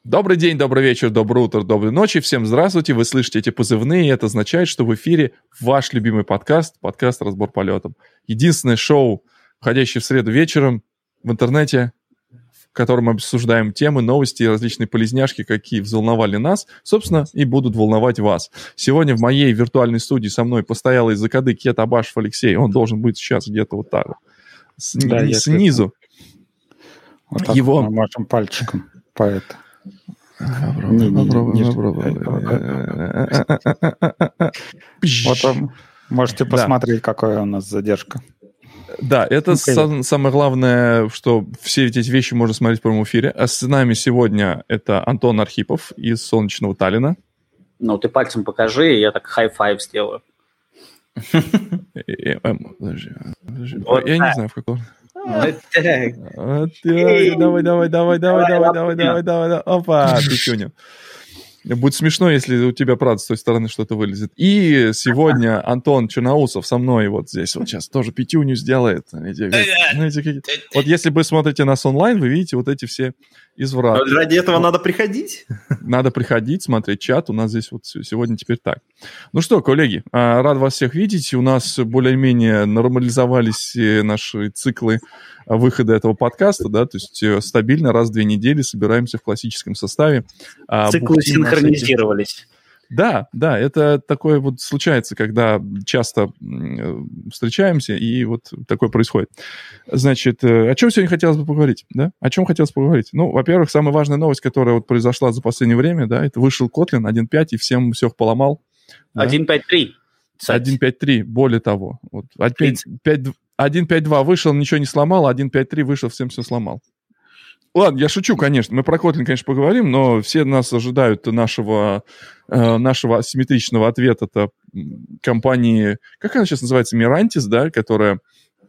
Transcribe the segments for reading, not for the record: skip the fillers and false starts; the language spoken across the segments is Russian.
Добрый день, добрый вечер, доброе утро, доброй ночи. Всем здравствуйте. Вы слышите эти позывные, и это означает, что в эфире ваш любимый подкаст «Разбор полетом». Единственное шоу, входящее в среду вечером в интернете, в котором мы обсуждаем темы, новости и различные полезняшки, какие взволновали нас, собственно, и будут волновать вас. Сегодня в моей виртуальной студии со мной постоялый из закады Кет Абашев Алексей. Он должен быть сейчас где-то вот так, снизу. Вот так его... мы можем пальчиком по это. Вот можете посмотреть, какая у нас задержка. Да, это самое главное, что все эти вещи можно смотреть в прямом эфире. А с нами сегодня это Антон Архипов из солнечного Таллина. Ну, ты пальцем покажи, и я так хай-файв сделаю. Подожди. Я не знаю, в каком... Давай. Опа, пятюню. Будет смешно, если у тебя, правда, с той стороны что-то вылезет. И сегодня Антон Черноусов со мной вот здесь вот сейчас тоже пятюню сделает. Вот если вы смотрите нас онлайн, вы видите вот эти все извраты. Ради этого надо приходить? Надо приходить, смотреть чат. У нас здесь вот сегодня теперь так. Ну что, коллеги, рад вас всех видеть. У нас более-менее нормализовались наши циклы выхода этого подкаста, да, то есть стабильно раз в 2 недели собираемся в классическом составе. Циклы синхронизировались. Да, это такое вот случается, когда часто встречаемся, и вот такое происходит. Значит, о чем сегодня хотелось бы поговорить, да? О чем хотелось поговорить? Ну, во-первых, самая важная новость, которая вот произошла за последнее время, да, это вышел Kotlin 1.5, и всем все поломал. 1.5.3. 1.5.3, более того. Вот 1.5.2 вышел, ничего не сломал, 1.5.3 вышел, всем все сломал. Ладно, я шучу, конечно. Мы про Kotlin, конечно, поговорим, но все нас ожидают нашего асимметричного ответа компании, как она сейчас называется, Mirantis, да, которая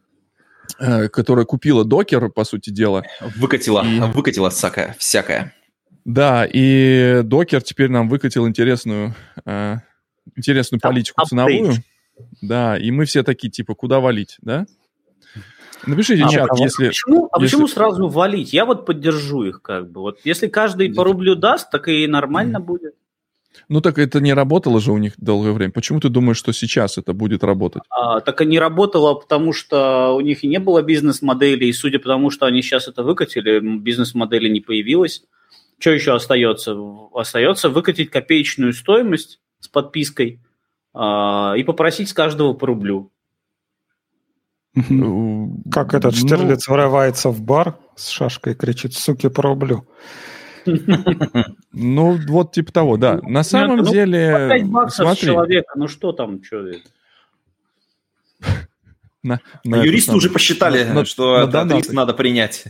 купила Docker, по сути дела. Выкатила всякое. Да, и Docker теперь нам выкатил интересную политику ценовую. Да, и мы все такие, типа, куда валить, да? Напишите чат, если... Почему сразу валить? Я вот поддержу их как бы. Вот если каждый по рублю даст, так и нормально будет. Ну так это не работало же у них долгое время. Почему ты думаешь, что сейчас это будет работать? Так и не работало, потому что у них и не было бизнес-модели, и судя по тому, что они сейчас это выкатили, бизнес-модели не появилась. Что еще остается? Остается выкатить копеечную стоимость с подпиской и попросить с каждого по рублю. Как этот Штирлиц врывается в бар с шашкой и кричит: «Суки, по рублю». Ну, вот типа того, да. На самом деле... 5 баксов с человека, ну что там, что это? Юристы уже посчитали, что этот риск надо принять.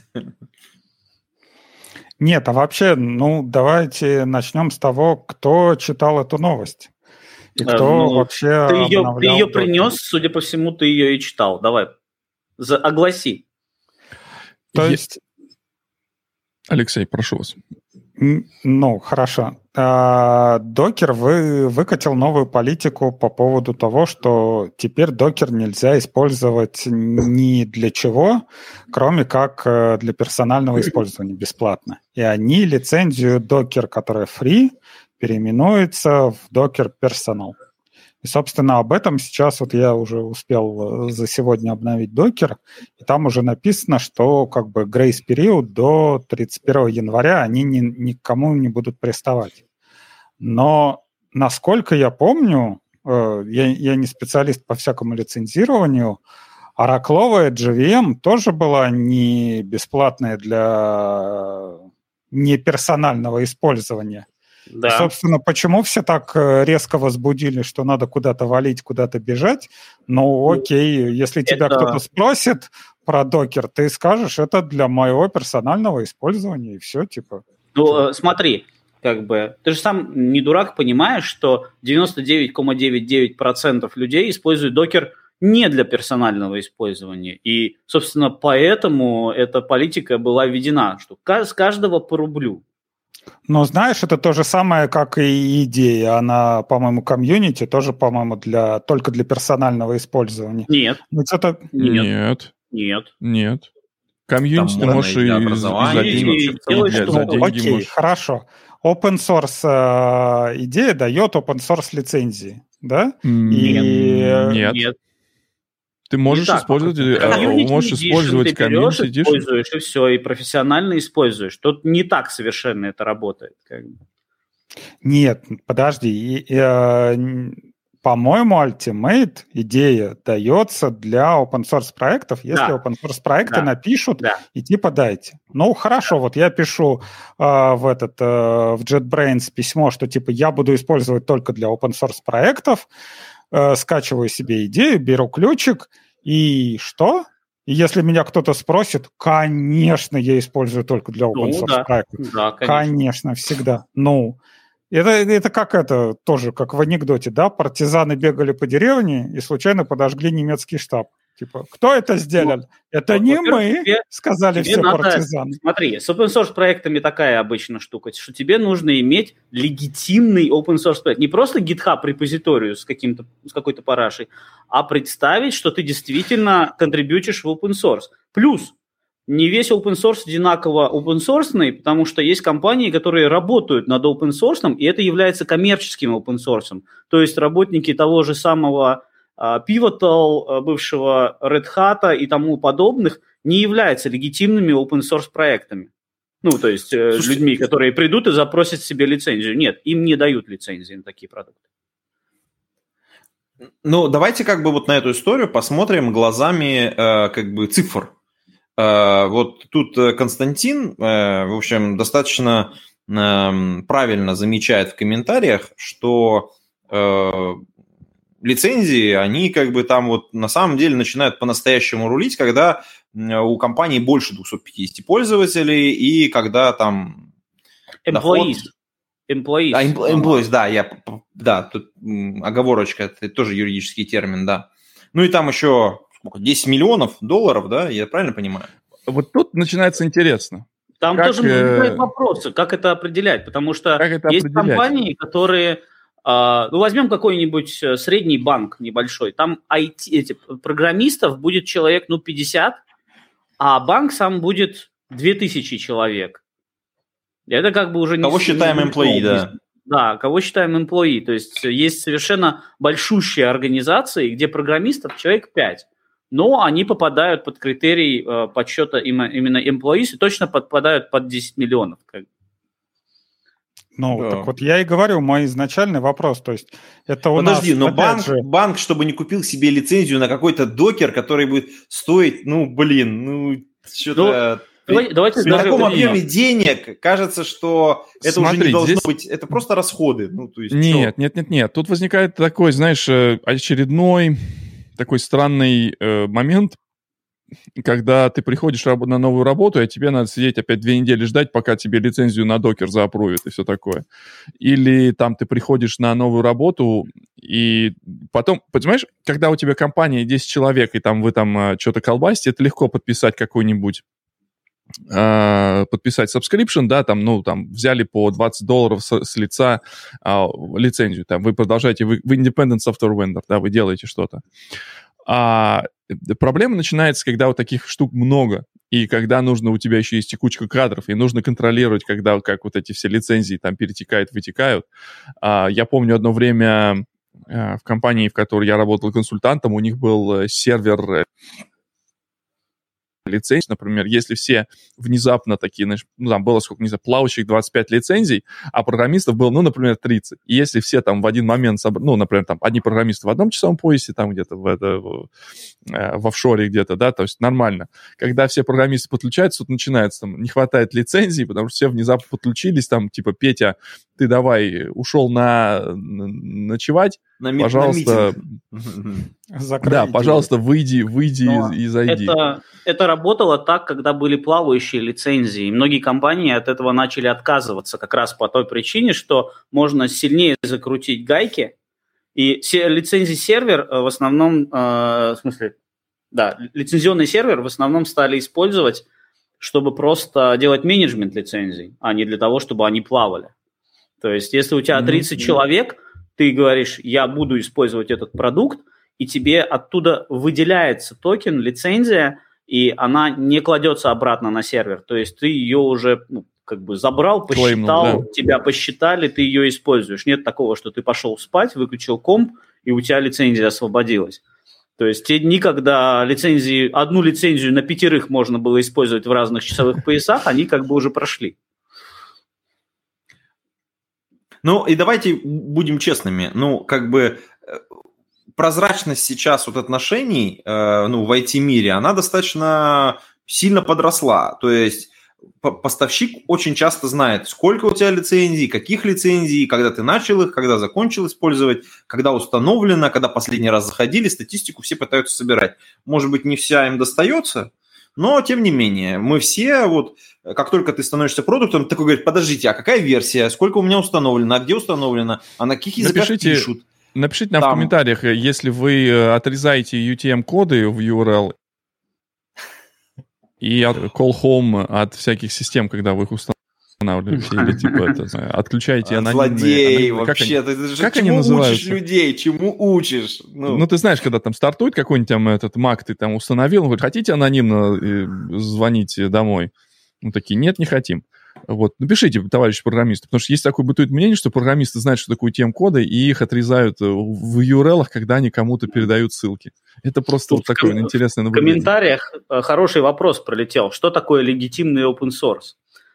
Нет, а вообще, давайте начнем с того, кто читал эту новость. И кто вообще ты ее принес, судя по всему, ты ее и читал. Давай, огласи. То есть... Алексей, прошу вас. Ну, хорошо. Докер выкатил новую политику по поводу того, что теперь докер нельзя использовать ни для чего, кроме как для персонального использования бесплатно. И они лицензию докер, которая free, переименуется в Docker Personal. И, собственно, об этом сейчас вот я уже успел за сегодня обновить Docker, и там уже написано, что как бы грейс-период до 31 января они никому не будут приставать. Но, насколько я помню, я не специалист по всякому лицензированию, оракловая JVM тоже была не бесплатная для неперсонального использования. Да. И, собственно, почему все так резко возбудили, что надо куда-то валить, куда-то бежать? Ну, окей, если тебя кто-то спросит про докер, ты скажешь, это для моего персонального использования, и все, типа. Ну, смотри, как бы, ты же сам не дурак, понимаешь, что 99,99% людей используют докер не для персонального использования. И, собственно, поэтому эта политика была введена, что с каждого по рублю. Но знаешь, это то же самое, как и идея. Она, по-моему, комьюнити тоже, по-моему, только для персонального использования. Нет. Это... Нет. Комьюнити ты можешь и за деньги. Окей, хорошо. Open source идея дает open source лицензии, да? Нет. Ты можешь использовать комьюнити эдишн. Используешь, и все, и профессионально используешь. Тут не так совершенно это работает. Нет, подожди. По-моему, Ultimate идея дается для open source проектов, если open source проекты напишут и типа дайте. Ну, хорошо, вот я пишу в JetBrains письмо, что типа я буду использовать только для open source проектов, скачиваю себе идею, беру ключик, и что? И если меня кто-то спросит, конечно, я использую только для open source проектов. Да, конечно, всегда. Это как тоже как в анекдоте, да? Партизаны бегали по деревне и случайно подожгли немецкий штаб. Типа, кто это сделал? Это не мы, сказали все партизаны. Смотри, с open source проектами такая обычная штука, что тебе нужно иметь легитимный open source проект. Не просто GitHub репозиторию с какой-то парашей, а представить, что ты действительно контрибьютишь в open source. Плюс, не весь open source одинаково open-source, потому что есть компании, которые работают над open source, и это является коммерческим open source. То есть работники того же самого Pivotal, бывшего Red Hat и тому подобных не являются легитимными open source проектами. То есть людьми, которые придут и запросят себе лицензию. Нет, им не дают лицензии на такие продукты. Давайте вот на эту историю посмотрим глазами цифр. Вот тут Константин, в общем, достаточно правильно замечает в комментариях, что лицензии, они там на самом деле начинают по-настоящему рулить, когда у компании больше 250 пользователей и когда там... Employees, тут оговорочка, это тоже юридический термин, да. И там еще... 10 миллионов долларов, да? Я правильно понимаю? Вот тут начинается интересно. Там тоже возникают вопросы, как это определять, потому что есть компании, которые... возьмем какой-нибудь средний банк небольшой, там программистов будет человек 50, а банк сам будет 2000 человек. Это уже не... Кого считаем employee, да? Да, кого считаем employee. То есть есть совершенно большущие организации, где программистов человек 5. Но они попадают под критерий подсчета именно employees и точно попадают под 10 миллионов. Так вот я и говорю, мой изначальный вопрос, то есть это у нас... Подожди, но банк, чтобы не купил себе лицензию на какой-то докер, который будет стоить, что-то... Давайте при таком объеме денег кажется, что это уже не должно быть, это просто расходы. Нет. Тут возникает такой, очередной такой странный момент, когда ты приходишь на новую работу, и тебе надо сидеть опять 2 недели ждать, пока тебе лицензию на докер заапрувят и все такое. Или там ты приходишь на новую работу, и потом, понимаешь, когда у тебя компания 10 человек, и там вы что-то колбасите, это легко подписать какой-нибудь подписать subscription, да, взяли по $20 с лица лицензию, вы продолжаете, вы independent software vendor, да, вы делаете что-то. Проблема начинается, когда вот таких штук много, и когда у тебя еще есть текучка кадров, и нужно контролировать, как вот эти все лицензии перетекают, вытекают. Я помню одно время в компании, в которой я работал консультантом, у них был сервер лицензий, например, если все внезапно такие, там было плавающих 25 лицензий, а программистов было, например, 30. И если все в один момент, например, одни программисты в одном часовом поясе, там где-то в офшоре где-то, да, то есть нормально. Когда все программисты подключаются, тут начинается, не хватает лицензий, потому что все внезапно подключились, Петя, ты давай, ушел ночевать, пожалуйста, пожалуйста, выйди и зайди. Это работало так, когда были плавающие лицензии. И многие компании от этого начали отказываться как раз по той причине, что можно сильнее закрутить гайки. И лицензий сервер в основном, лицензионный сервер в основном стали использовать, чтобы просто делать менеджмент лицензий, а не для того, чтобы они плавали. То есть если у тебя 30 человек, ты говоришь, я буду использовать этот продукт, и тебе оттуда выделяется токен, лицензия, и она не кладется обратно на сервер. То есть ты ее уже забрал, посчитал, тебя посчитали, ты ее используешь. Нет такого, что ты пошел спать, выключил комп, и у тебя лицензия освободилась. То есть те дни, когда одну лицензию на 5 можно было использовать в разных часовых поясах, они уже прошли. Ну, и давайте будем честными. Прозрачность сейчас отношений в IT-мире, она достаточно сильно подросла. То есть поставщик очень часто знает, сколько у тебя лицензий, каких лицензий, когда ты начал их, когда закончил использовать, когда установлено, когда последний раз заходили, статистику все пытаются собирать. Может быть, не вся им достается, но тем не менее, мы все, как только ты становишься продуктом, такой говорит, подождите, а какая версия, сколько у меня установлено, а где установлено, а на каких языках пишут? Напишите нам в комментариях, если вы отрезаете UTM-коды в URL и call home от всяких систем, когда вы их устанавливаете, или отключаете анонимные... Злодей, вообще, ты же чему учишь людей, чему учишь? Ну, ты знаешь, когда там стартует какой-нибудь этот Mac, ты там установил, он говорит, хотите анонимно звонить домой? Ну, такие, нет, не хотим. Напишите, товарищи программисты, потому что есть такое бытует мнение, что программисты знают, что такое UTM-коды, и их отрезают в URL-ах, когда они кому-то передают ссылки. Это просто такое интересное наблюдение. В комментариях хороший вопрос пролетел. Что такое легитимный open source?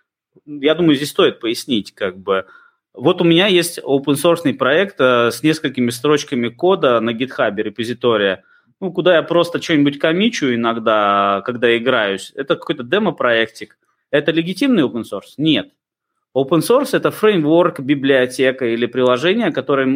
Я думаю, здесь стоит пояснить, у меня есть open-source проект с несколькими строчками кода на GitHub репозитория, куда я просто что-нибудь коммичу иногда, когда играюсь. Это какой-то демо-проектик. Это легитимный open source? Нет. Open source – это фреймворк, библиотека или приложение,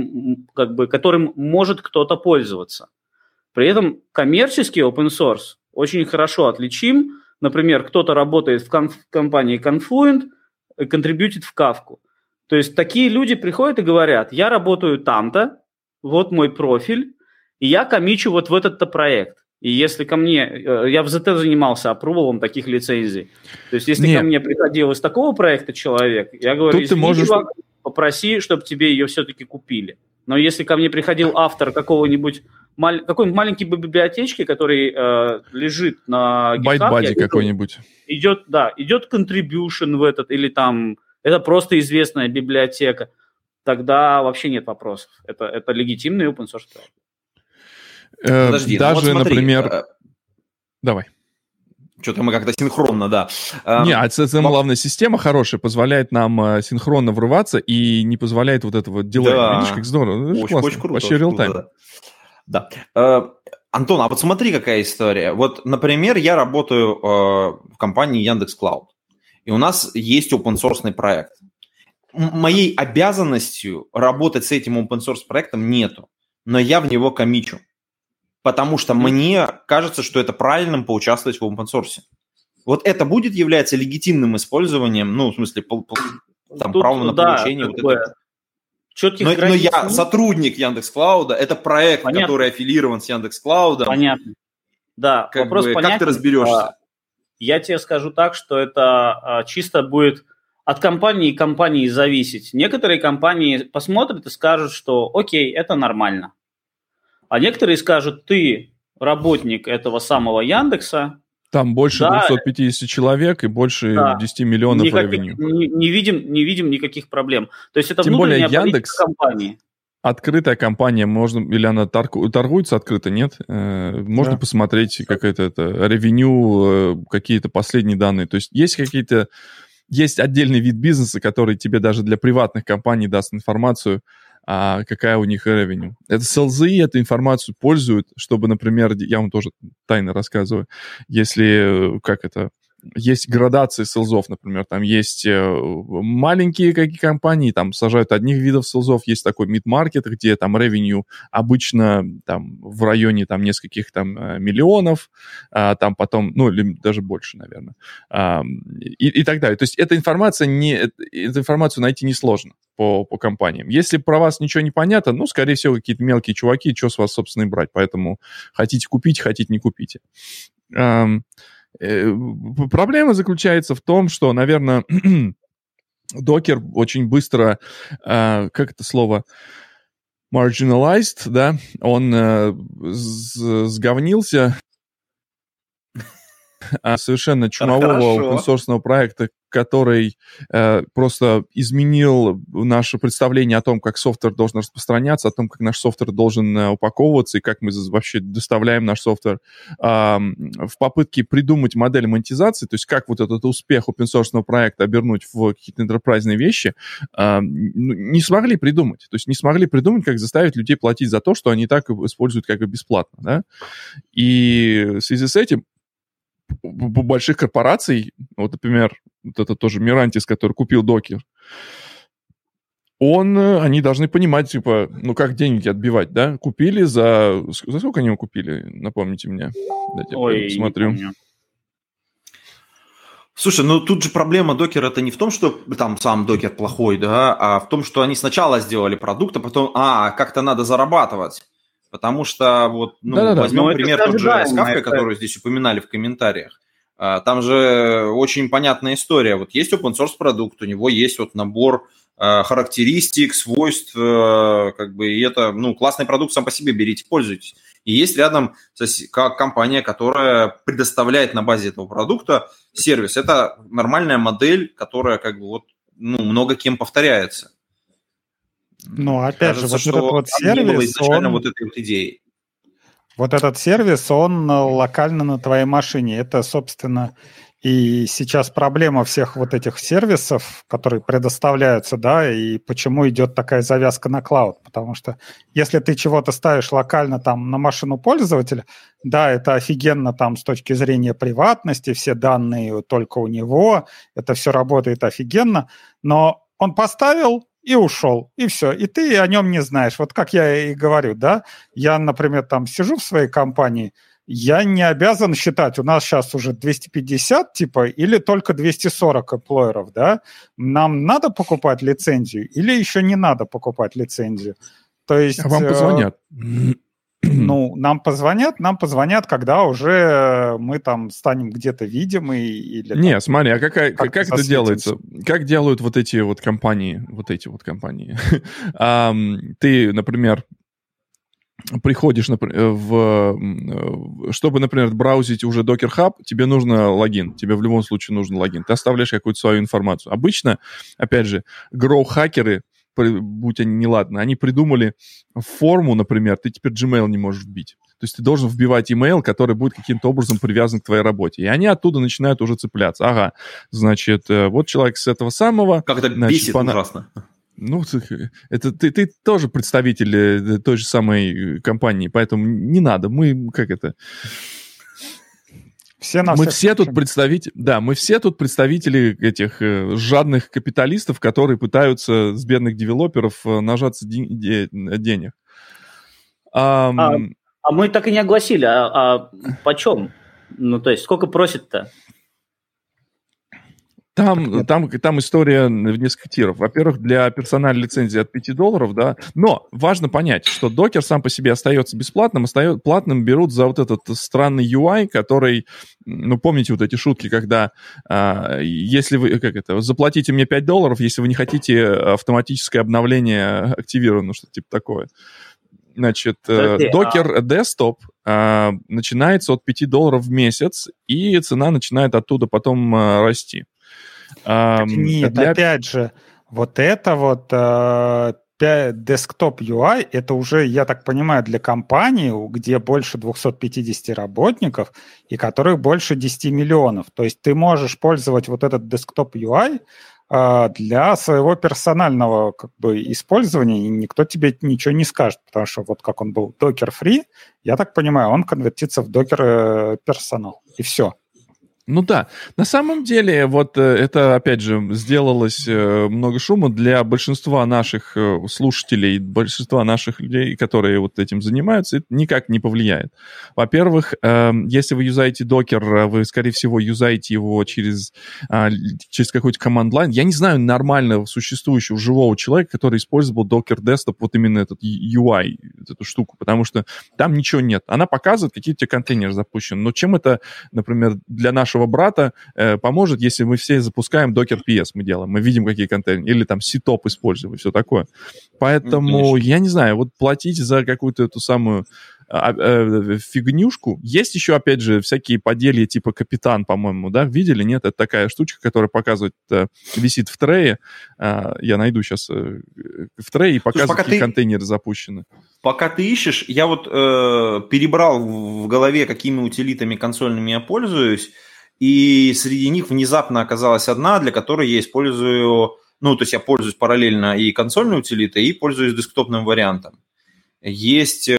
которым может кто-то пользоваться. При этом коммерческий open source очень хорошо отличим. Например, кто-то работает в компании Confluent и контрибьютит в Kafka. То есть такие люди приходят и говорят, я работаю там-то, вот мой профиль, и я коммичу в этот-то проект. И если ко мне... Я в ZT занимался апрувалом таких лицензий. То есть если ко мне приходил из такого проекта человек, я говорю, извини, чувак, попроси, чтобы тебе ее все-таки купили. Но если ко мне приходил автор какой-нибудь маленькой библиотечки, который лежит на GitHub... ByteBuddy какой-нибудь. Идет contribution в этот, или там... Это просто известная библиотека. Тогда вообще нет вопросов. Это легитимный open source проект. Подожди, даже, смотри, например... Давай. Что-то мы как-то синхронно, да. Главная система хорошая, позволяет нам синхронно врываться и не позволяет дилей. Да. Видишь, как здорово? Очень круто. Вообще реал-тайм. Да. Антон, а смотри, какая история. Например, я работаю в компании Яндекс.Клауд, и у нас есть open-source проект. Моей обязанностью работать с этим open-source проектом нету, но я в него коммичу. Потому что мне кажется, что это правильным поучаствовать в open-source. Это будет являться легитимным использованием, в смысле, правом на получение. Но я сотрудник Яндекс.Клауда, это проект, который аффилирован с Яндекс.Клаудом. Понятно. Да, вопрос понятен. Как ты разберешься? Я тебе скажу так, что это чисто будет от компании к компании зависеть. Некоторые компании посмотрят и скажут, что окей, это нормально. А некоторые скажут, ты работник этого самого Яндекса. Там больше 250 человек и больше 10 миллионов ревеню. Не видим никаких проблем. То есть это тем внутренняя более Яндекс компании. Открытая компания, или она торгуется открыто, нет? Можно посмотреть какое-то ревеню, какие-то последние данные. То есть есть отдельный вид бизнеса, который тебе даже для приватных компаний даст информацию, какая у них ревеню. Это селзы эту информацию пользуют, чтобы, например, я вам тоже тайно рассказываю, если, есть градации селзов, например, там есть маленькие какие компании, там сажают одних видов селзов, есть такой mid-market, где там ревеню обычно там в районе там нескольких там миллионов, там потом, или даже больше, наверное, и так далее. То есть эту информацию найти несложно по компаниям. Если про вас ничего не понятно, скорее всего, какие-то мелкие чуваки, что с вас, собственно, и брать. Поэтому хотите купить, хотите не купите. Проблема заключается в том, что, наверное, докер очень быстро, как это слово, marginalized, да, он сговнился. совершенно чумового open-source проекта, который просто изменил наше представление о том, как софтвер должен распространяться, о том, как наш софтвер должен упаковываться и как мы вообще доставляем наш софтвер, в попытке придумать модель монетизации, то есть как вот этот успех open-source проекта обернуть в какие-то enterprise вещи, не смогли придумать. То есть не смогли придумать, как заставить людей платить за то, что они так используют как бы бесплатно. Да? И в связи с этим у больших корпораций, вот, например, вот это тоже Mirantis, который купил Docker, они должны понимать, типа, ну, как деньги отбивать, да? Купили за сколько они его купили? Напомните мне. Дайте я посмотрю. Слушай, ну тут же проблема Docker это не в том, что там сам Docker плохой, да, а в том, что они сначала сделали продукт, а потом, как-то надо зарабатывать. Потому что, вот, возьмем пример тот же с Kafka, который здесь упоминали в комментариях. Там же очень понятная история. Вот есть open-source продукт, у него есть вот набор характеристик, свойств, как бы, и это, классный продукт сам по себе, берите, пользуйтесь. И есть рядом компания, которая предоставляет на базе этого продукта сервис. Это нормальная модель, которая, как бы, вот, много кем повторяется. Ну, опять Кажется, же, вот этот вот сервис, не было изначально вот этой вот идеи. Вот этот сервис, он локально на твоей машине. Это, собственно, и сейчас проблема всех вот этих сервисов, которые предоставляются, да, и почему идет такая завязка на клауд. Потому что если ты чего-то ставишь локально там на машину пользователя, да, это офигенно там с точки зрения приватности, все данные только у него, это все работает офигенно, но он поставил и ушел, и все. И ты о нем не знаешь. Вот как я и говорю, да, я, например, там сижу в своей компании, я не обязан считать, у нас сейчас уже 250 типа или только 240 эплойеров, да, нам надо покупать лицензию или еще не надо покупать лицензию. То есть... А вам позвонят. Нам позвонят, когда уже мы там станем где-то видимы или... Не, смотри, а как это делается? Как делают вот эти вот компании? Ты, например, приходишь, чтобы, например, браузить уже Docker Hub, тебе нужно логин. Тебе в любом случае нужен логин. Ты оставляешь какую-то свою информацию. Обычно, опять же, гроу-хакеры, будь они неладны, они придумали форму, например, ты теперь Gmail не можешь вбить. То есть ты должен вбивать email, который будет каким-то образом привязан к твоей работе. И они оттуда начинают уже цепляться. Ага, значит, вот человек с этого самого... Как это бесит ужасно. Ну, это ты тоже представитель той же самой компании, поэтому не надо. Мы все тут представители этих жадных капиталистов, которые пытаются с бедных девелоперов нажаться денег. А мы так и не огласили. А почем? Ну, то есть, сколько просит-то? Там история в несколько тиров. Во-первых, для персональной лицензии от $5, да, но важно понять, что Docker сам по себе остается бесплатным, платным берут за вот этот странный UI, который, помните вот эти шутки, когда если вы, заплатите мне $5, если вы не хотите автоматическое обновление активировано, что-то типа такое. Значит, Docker Desktop начинается от $5 в месяц, и цена начинает оттуда потом расти. Нет, опять же, вот это вот Desktop UI, это уже, я так понимаю, для компании, где больше 250 работников и которых больше 10 миллионов. То есть ты можешь пользовать вот этот Desktop UI для своего персонального использования, и никто тебе ничего не скажет, потому что вот как он был Docker Free, я так понимаю, он конвертится в Docker персонал, и все. Ну да, на самом деле вот это, опять же, сделалось много шума для большинства наших слушателей, большинства наших людей, которые вот этим занимаются, это никак не повлияет. Во-первых, если вы юзаете Docker, вы, скорее всего, юзаете его через какой-то команд-лайн. Я не знаю нормального существующего живого человека, который использовал Docker Desktop, вот именно этот UI, эту штуку, потому что там ничего нет. Она показывает, какие у тебя контейнеры запущены. Но чем это, например, для нашего нашего брата поможет, если мы все запускаем Docker PS, мы делаем, мы видим, какие контейнеры, или там C-top используем, и все такое. Поэтому, я не знаю, вот платить за какую-то эту самую фигнюшку. Есть еще, опять же, всякие поделья типа Капитан, по-моему, да? Видели? Нет? Это такая штучка, которая показывает, висит в трее. Я найду сейчас в трее и показывает, какие контейнеры запущены. Пока ты ищешь, я вот перебрал в голове, какими утилитами консольными я пользуюсь, и среди них внезапно оказалась одна, для которой я использую, ну, то есть я пользуюсь параллельно и консольной утилитой, и пользуюсь десктопным вариантом. Есть,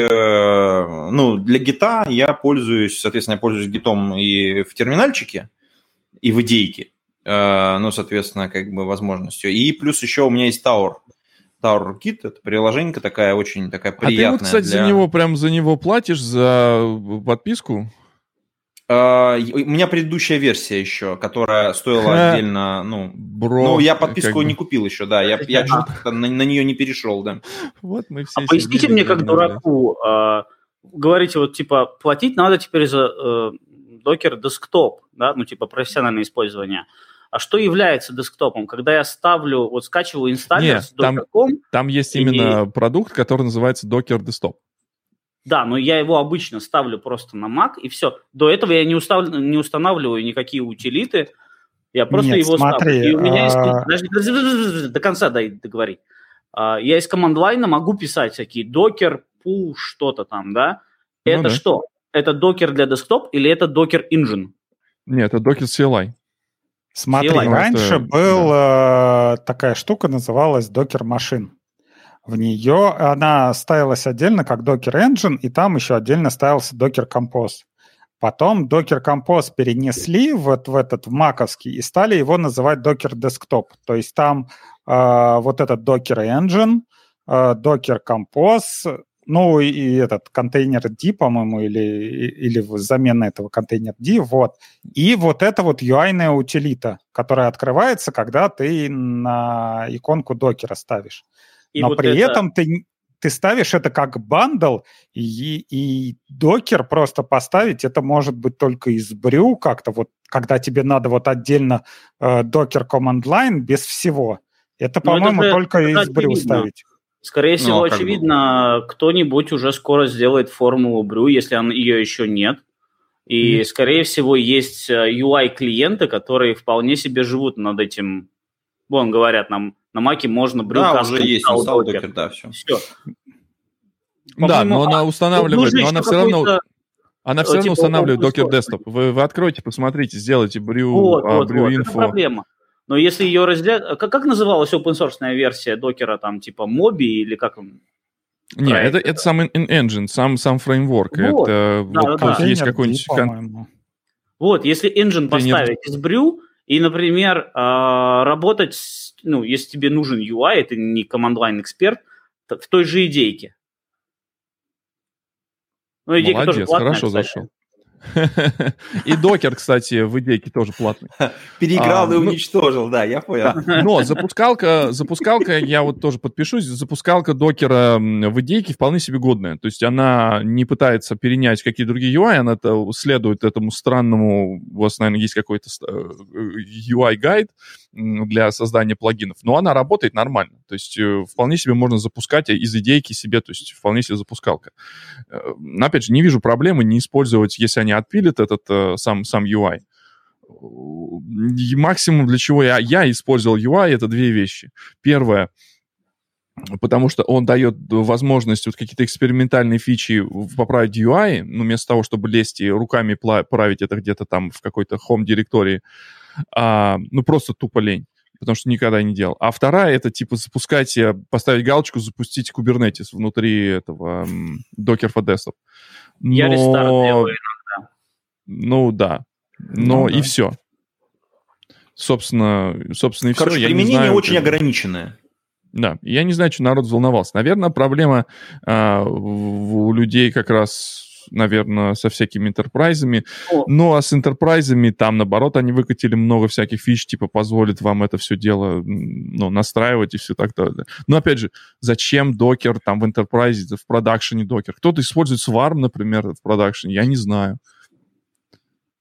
ну, для гита я пользуюсь, соответственно, я пользуюсь гитом и в терминальчике, и в идейке, ну, соответственно, как бы возможностью. И плюс еще у меня есть TowerGit, это приложенька такая, очень такая приятная. А ты вот, кстати, за него платишь, за подписку? У меня предыдущая версия еще, которая стоила отдельно, я подписку не купил еще, да, я что-то на нее не перешел, да. Вот мы все. Поясните мне, как дураку, говорите, вот, типа, платить надо теперь за Docker Desktop, да, ну, типа, профессиональное использование. А что является десктопом? Когда я ставлю, вот скачиваю инсталлер с Docker.com... Там есть именно продукт, который называется Docker Desktop. Да, но я его обычно ставлю просто на Mac, и все. До этого я не устанавливаю никакие утилиты, я просто его ставлю. И у меня есть... Подожди, до конца дай договори. Я из команд-лайна могу писать всякие Docker, pull, что-то там, да? Это что? Это Docker для десктоп или это Docker Engine? Нет, это Docker CLI. Смотри, раньше была такая штука, называлась Docker Machine. В нее она ставилась отдельно как Docker Engine, и там еще отдельно ставился Docker Compose. Потом Docker Compose перенесли в маковский и стали его называть Docker Desktop. То есть там вот этот Docker Engine, Docker Compose, ну и этот контейнер D, по-моему, или замена этого контейнера D, вот. И вот это вот UI-ная утилита, которая открывается, когда ты на иконку докера ставишь. Но вот при этом ты ставишь это как бандл, и докер просто поставить, это может быть только из Brew как-то, вот, когда тебе надо вот отдельно Docker Command Line без всего. Это, по-моему, только из Brew ставить. Скорее всего, очевидно, кто-нибудь уже скоро сделает формулу Brew, если ее еще нет. И, скорее всего, есть UI-клиенты, которые вполне себе живут над этим. Вон, говорят, нам на Маке можно Brew. Да, уже есть install Docker, да, все. Да, но она устанавливает, но она все равно... Она все равно устанавливает Docker Desktop. Вы откройте, посмотрите, сделайте Brew Info. Это проблема. Но если ее разделять... Как называлась open-source версия докера, там, типа Mobi или как он? Нет, это сам engine, сам фреймворк. Вот. Это есть какой-нибудь... Вот, если engine поставить из Brew, и, например, работать, если тебе нужен UI, это не command-line эксперт, в той же идейке. Ну, идейка тоже платная, хорошо зашел. И докер, кстати, в идейке тоже платный. Переиграл и уничтожил, да, я понял. Но запускалка, я вот тоже подпишусь, запускалка докера в идейке вполне себе годная. То есть она не пытается перенять какие-то другие UI, она следует этому странному, у вас, наверное, есть какой-то UI-гайд для создания плагинов, но она работает нормально. То есть вполне себе можно запускать из идейки себе, то есть вполне себе запускалка. Но, опять же, не вижу проблемы не использовать, если они отпилят этот сам UI. И максимум, для чего я использовал UI, это две вещи. Первое, потому что он дает возможность вот какие-то экспериментальные фичи поправить UI, вместо того, чтобы лезть и руками править это где-то там в какой-то home-директории, просто тупо лень, потому что никогда не делал. А вторая, это типа запускать, поставить галочку, запустить Kubernetes внутри этого Docker for Desktop. Я рестарт делаю иногда. Ну, да. И все. Собственно, и все. Короче, применение очень ограниченное. Да, я не знаю, что народ взволновался. Наверное, проблема у людей как раз, наверное, со всякими энтерпрайзами. Ну, а с энтерпрайзами там, наоборот, они выкатили много всяких фич, типа позволит вам это все дело настраивать и все так далее. Но, опять же, зачем докер там в энтерпрайзе, в продакшене докер? Кто-то использует Swarm, например, в продакшене, я не знаю.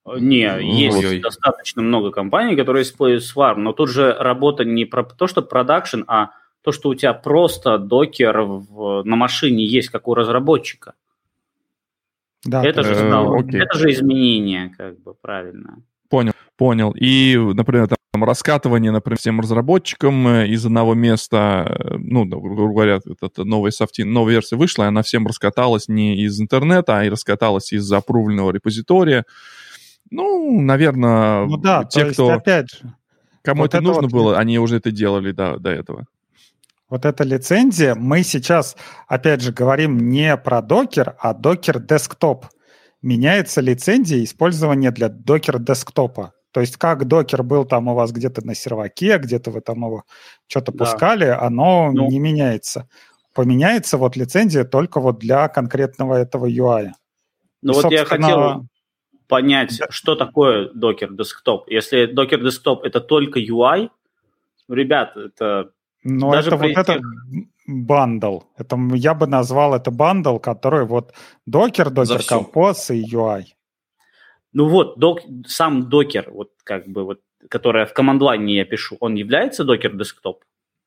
Не, есть достаточно много компаний, которые используют Swarm, но тут же работа не про то, что продакшн, а то, что у тебя просто докер на машине есть, как у разработчика. Да, это же изменение, как бы, правильно. Понял. И, например, там раскатывание, например, всем разработчикам из одного места, ну, грубо говоря, это новая версия вышла, и она всем раскаталась не из интернета, а и раскаталась из запрувленного репозитория. Ну, наверное, те, кто... опять же, кому вот это нужно было, они уже это делали до этого. Вот эта лицензия, мы сейчас, опять же, говорим не про докер, а докер десктоп. Меняется лицензия использования для докер десктопа. То есть как докер был там у вас где-то на серваке, где-то вы там его что-то пускали, оно не меняется. Поменяется вот лицензия только вот для конкретного этого UI. Ну вот я хотел понять, что такое докер десктоп. Если докер десктоп это только UI, ребят, это... Ну, это вот это бандл. Это, я бы назвал это бандл, который вот докер композ и UI. Ну вот, сам докер, вот как бы вот, который в команд-лайне я пишу, он является докер десктоп?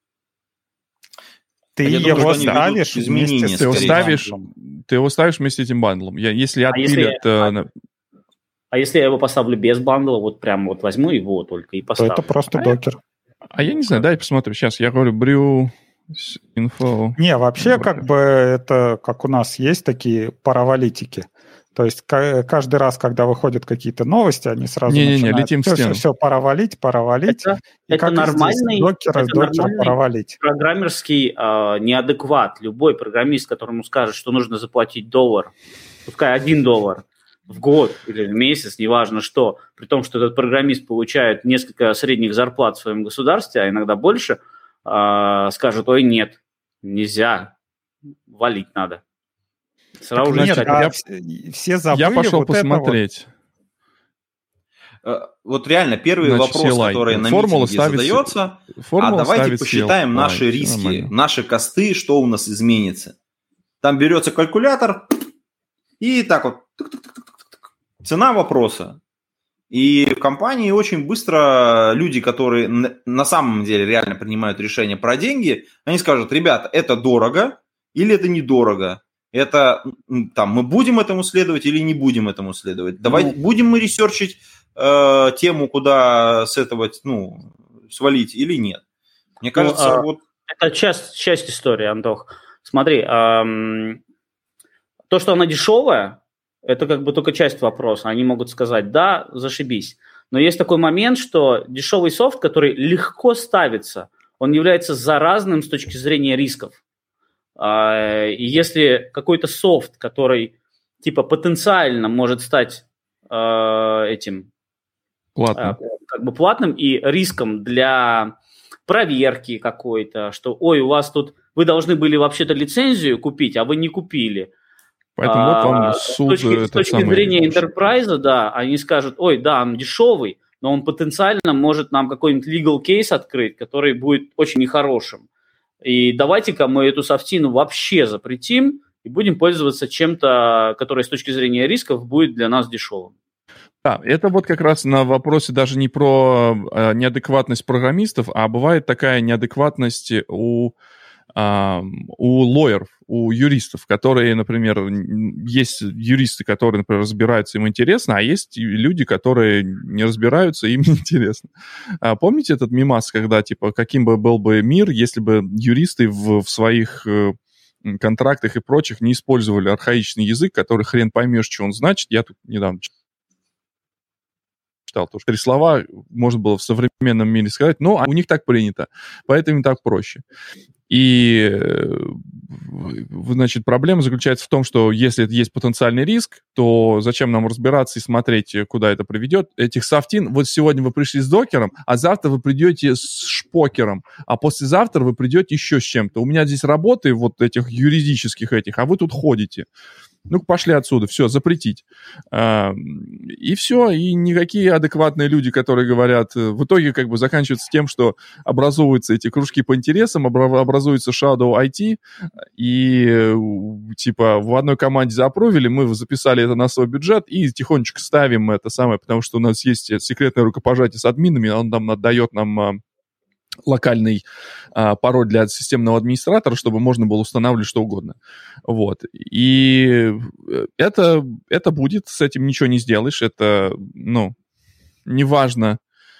Ты его ставишь вместе с Ты его ставишь вместе с этим бандлом. Если отпилят... А если я его поставлю без бандла, вот прям вот возьму его только и поставлю? То это просто докер. А я не знаю, дай посмотрим. Сейчас я говорю brew info. Не, вообще как бы это, как у нас есть такие паравалитики. То есть каждый раз, когда выходят какие-то новости, они сразу начинают все паравалить. Это нормальный, докер паравалить. Программерский неадекват. Любой программист, которому скажет, что нужно заплатить $1, пускай $1 в год или в месяц, неважно что, при том, что этот программист получает несколько средних зарплат в своем государстве, а иногда больше, скажет: ой, нет, нельзя, валить надо. Сразу же все забыли. Я пошел посмотреть. Вот реально первый вопрос, который на митинге задается, давайте посчитаем наши риски, наши косты, что у нас изменится. Там берется калькулятор и так вот цена вопроса. И в компании очень быстро люди, которые на самом деле реально принимают решения про деньги, они скажут: ребята, это дорого или это недорого? Это там мы будем этому следовать или не будем этому следовать? Давайте будем мы ресерчить тему, куда с этого свалить или нет? Мне кажется, вот... Это часть истории, Антох. Смотри, то, что она дешевая, это как бы только часть вопроса. Они могут сказать: да, зашибись. Но есть такой момент, что дешевый софт, который легко ставится, он является заразным с точки зрения рисков. И если какой-то софт, который типа потенциально может стать этим платным и риском для проверки какой-то, что ой, у вас тут вы должны были вообще-то лицензию купить, а вы не купили. Поэтому вот вам суд. С точки зрения enterprise, да, они скажут: ой, да, он дешевый, но он потенциально может нам какой-нибудь legal case открыть, который будет очень нехорошим. И давайте-ка мы эту софтину вообще запретим и будем пользоваться чем-то, которое с точки зрения рисков будет для нас дешевым. Да, это вот как раз на вопросе даже не про неадекватность программистов, а бывает такая неадекватность у лоеров, у юристов, которые, например, есть юристы, которые, например, разбираются, им интересно, а есть люди, которые не разбираются, им не интересно. Помните этот мемас, когда, типа, каким бы был бы мир, если бы юристы в своих контрактах и прочих не использовали архаичный язык, который хрен поймешь, что он значит. Я тут недавно читал, потому что 3 слова можно было в современном мире сказать, но у них так принято, поэтому им так проще. И, значит, проблема заключается в том, что если есть потенциальный риск, то зачем нам разбираться и смотреть, куда это приведет? Этих софтин, вот сегодня вы пришли с докером, а завтра вы придете с шпокером, а послезавтра вы придете еще с чем-то. У меня здесь работы вот этих юридических этих, а вы тут ходите. Ну, пошли отсюда, все, запретить. И все, и никакие адекватные люди, которые говорят, в итоге как бы заканчивается тем, что образовываются эти кружки по интересам, образуется Shadow IT, и типа в одной команде заапрувили, мы записали это на свой бюджет и тихонечко ставим это самое, потому что у нас есть секретное рукопожатие с админами, он там отдает нам локальный пароль для системного администратора, чтобы можно было устанавливать что угодно. Вот. И это будет, с этим ничего не сделаешь. Это, ну, неважно,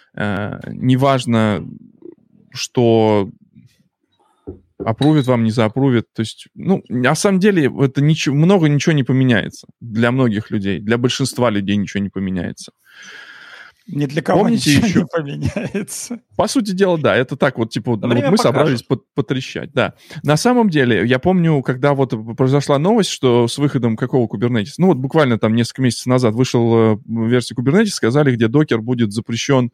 что апрувит вам, не заапрувит. То есть, ну, на самом деле, это ничего не поменяется для многих людей. Для большинства людей ничего не поменяется. Ни для кого ничего не поменяется. По сути дела, да, это так вот, типа, мы собрались потрещать, да. На самом деле, я помню, когда вот произошла новость, что с выходом какого Kubernetes, ну вот буквально там несколько месяцев назад вышла версия Kubernetes, сказали, где докер будет запрещен,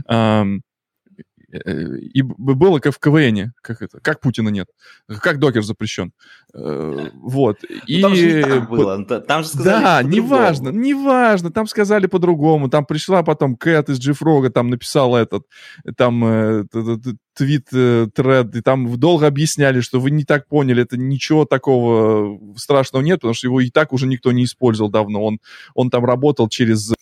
и было как в КВНе, как Путина нет, как докер запрещен. Вот. И... Там же не так было, там же сказали да, неважно, там сказали по-другому, там пришла потом Кэт из JFrog, там написала этот твит-тред, и там долго объясняли, что вы не так поняли, это ничего такого страшного нет, потому что его и так уже никто не использовал давно, он там работал через...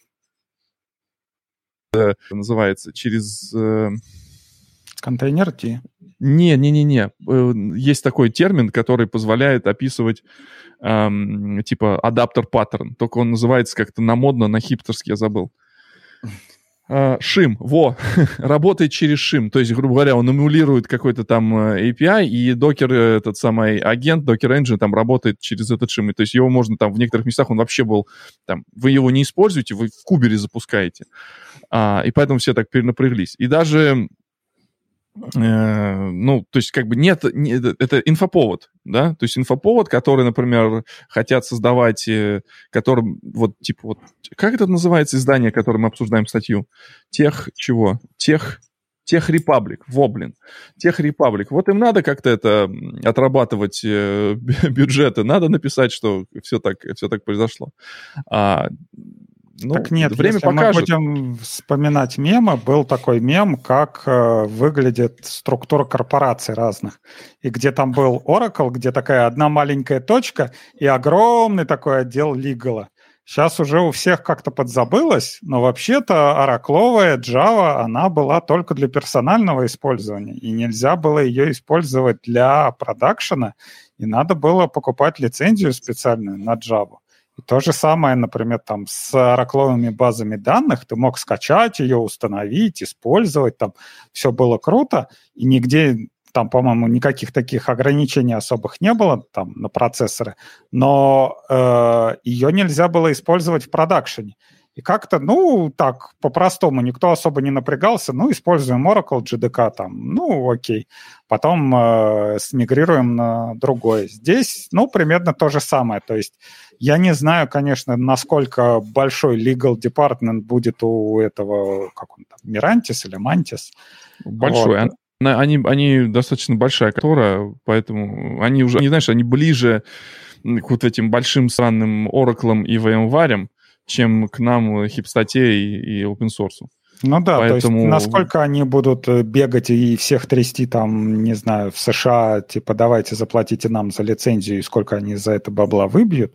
называется, через... Контейнер T? Не. Есть такой термин, который позволяет описывать типа адаптер-паттерн. Только он называется как-то на хипстерски, я забыл. Shim, работает через Shim. То есть, грубо говоря, он эмулирует какой-то там API, и докер, этот самый агент, Docker Engine там работает через этот Shim. То есть его можно там в некоторых местах, он вообще был там, вы его не используете, вы в кубере запускаете. И поэтому все так перенапряглись. И даже... ну, то есть как бы это инфоповод, да, то есть инфоповод, который, например, хотят создавать, которым вот, типа, вот, как это называется издание, которое мы обсуждаем статью? Техрепаблик, Техрепаблик. Вот им надо как-то это отрабатывать бюджеты, надо написать, что все так произошло. Ну, так нет, время если покажет. Мы будем вспоминать мемы, был такой мем, как выглядит структура корпораций разных. И где там был Oracle, где такая одна маленькая точка и огромный такой отдел Legal. Сейчас уже у всех как-то подзабылось, но вообще-то оракловая Java, она была только для персонального использования, и нельзя было ее использовать для продакшена, и надо было покупать лицензию специальную на Java. И то же самое, например, там с оракловыми базами данных, ты мог скачать ее, установить, использовать, там все было круто, и нигде там, по-моему, никаких таких ограничений особых не было там на процессоры, но ее нельзя было использовать в продакшене. И как-то, ну, так, по-простому, никто особо не напрягался, ну, используем Oracle, JDK там, ну, окей. Потом смигрируем на другое. Здесь, ну, примерно то же самое. То есть я не знаю, конечно, насколько большой legal department будет у этого, как он там, Mirantis или Mantis. Большой. Вот. Они достаточно большая контора, поэтому они уже, знаешь, они ближе к вот этим большим странным Oracle'ам и VMware, чем к нам хипстате и open source. Ну да, поэтому... то есть насколько они будут бегать и всех трясти там, не знаю, в США, типа давайте заплатите нам за лицензию, и сколько они за это бабла выбьют,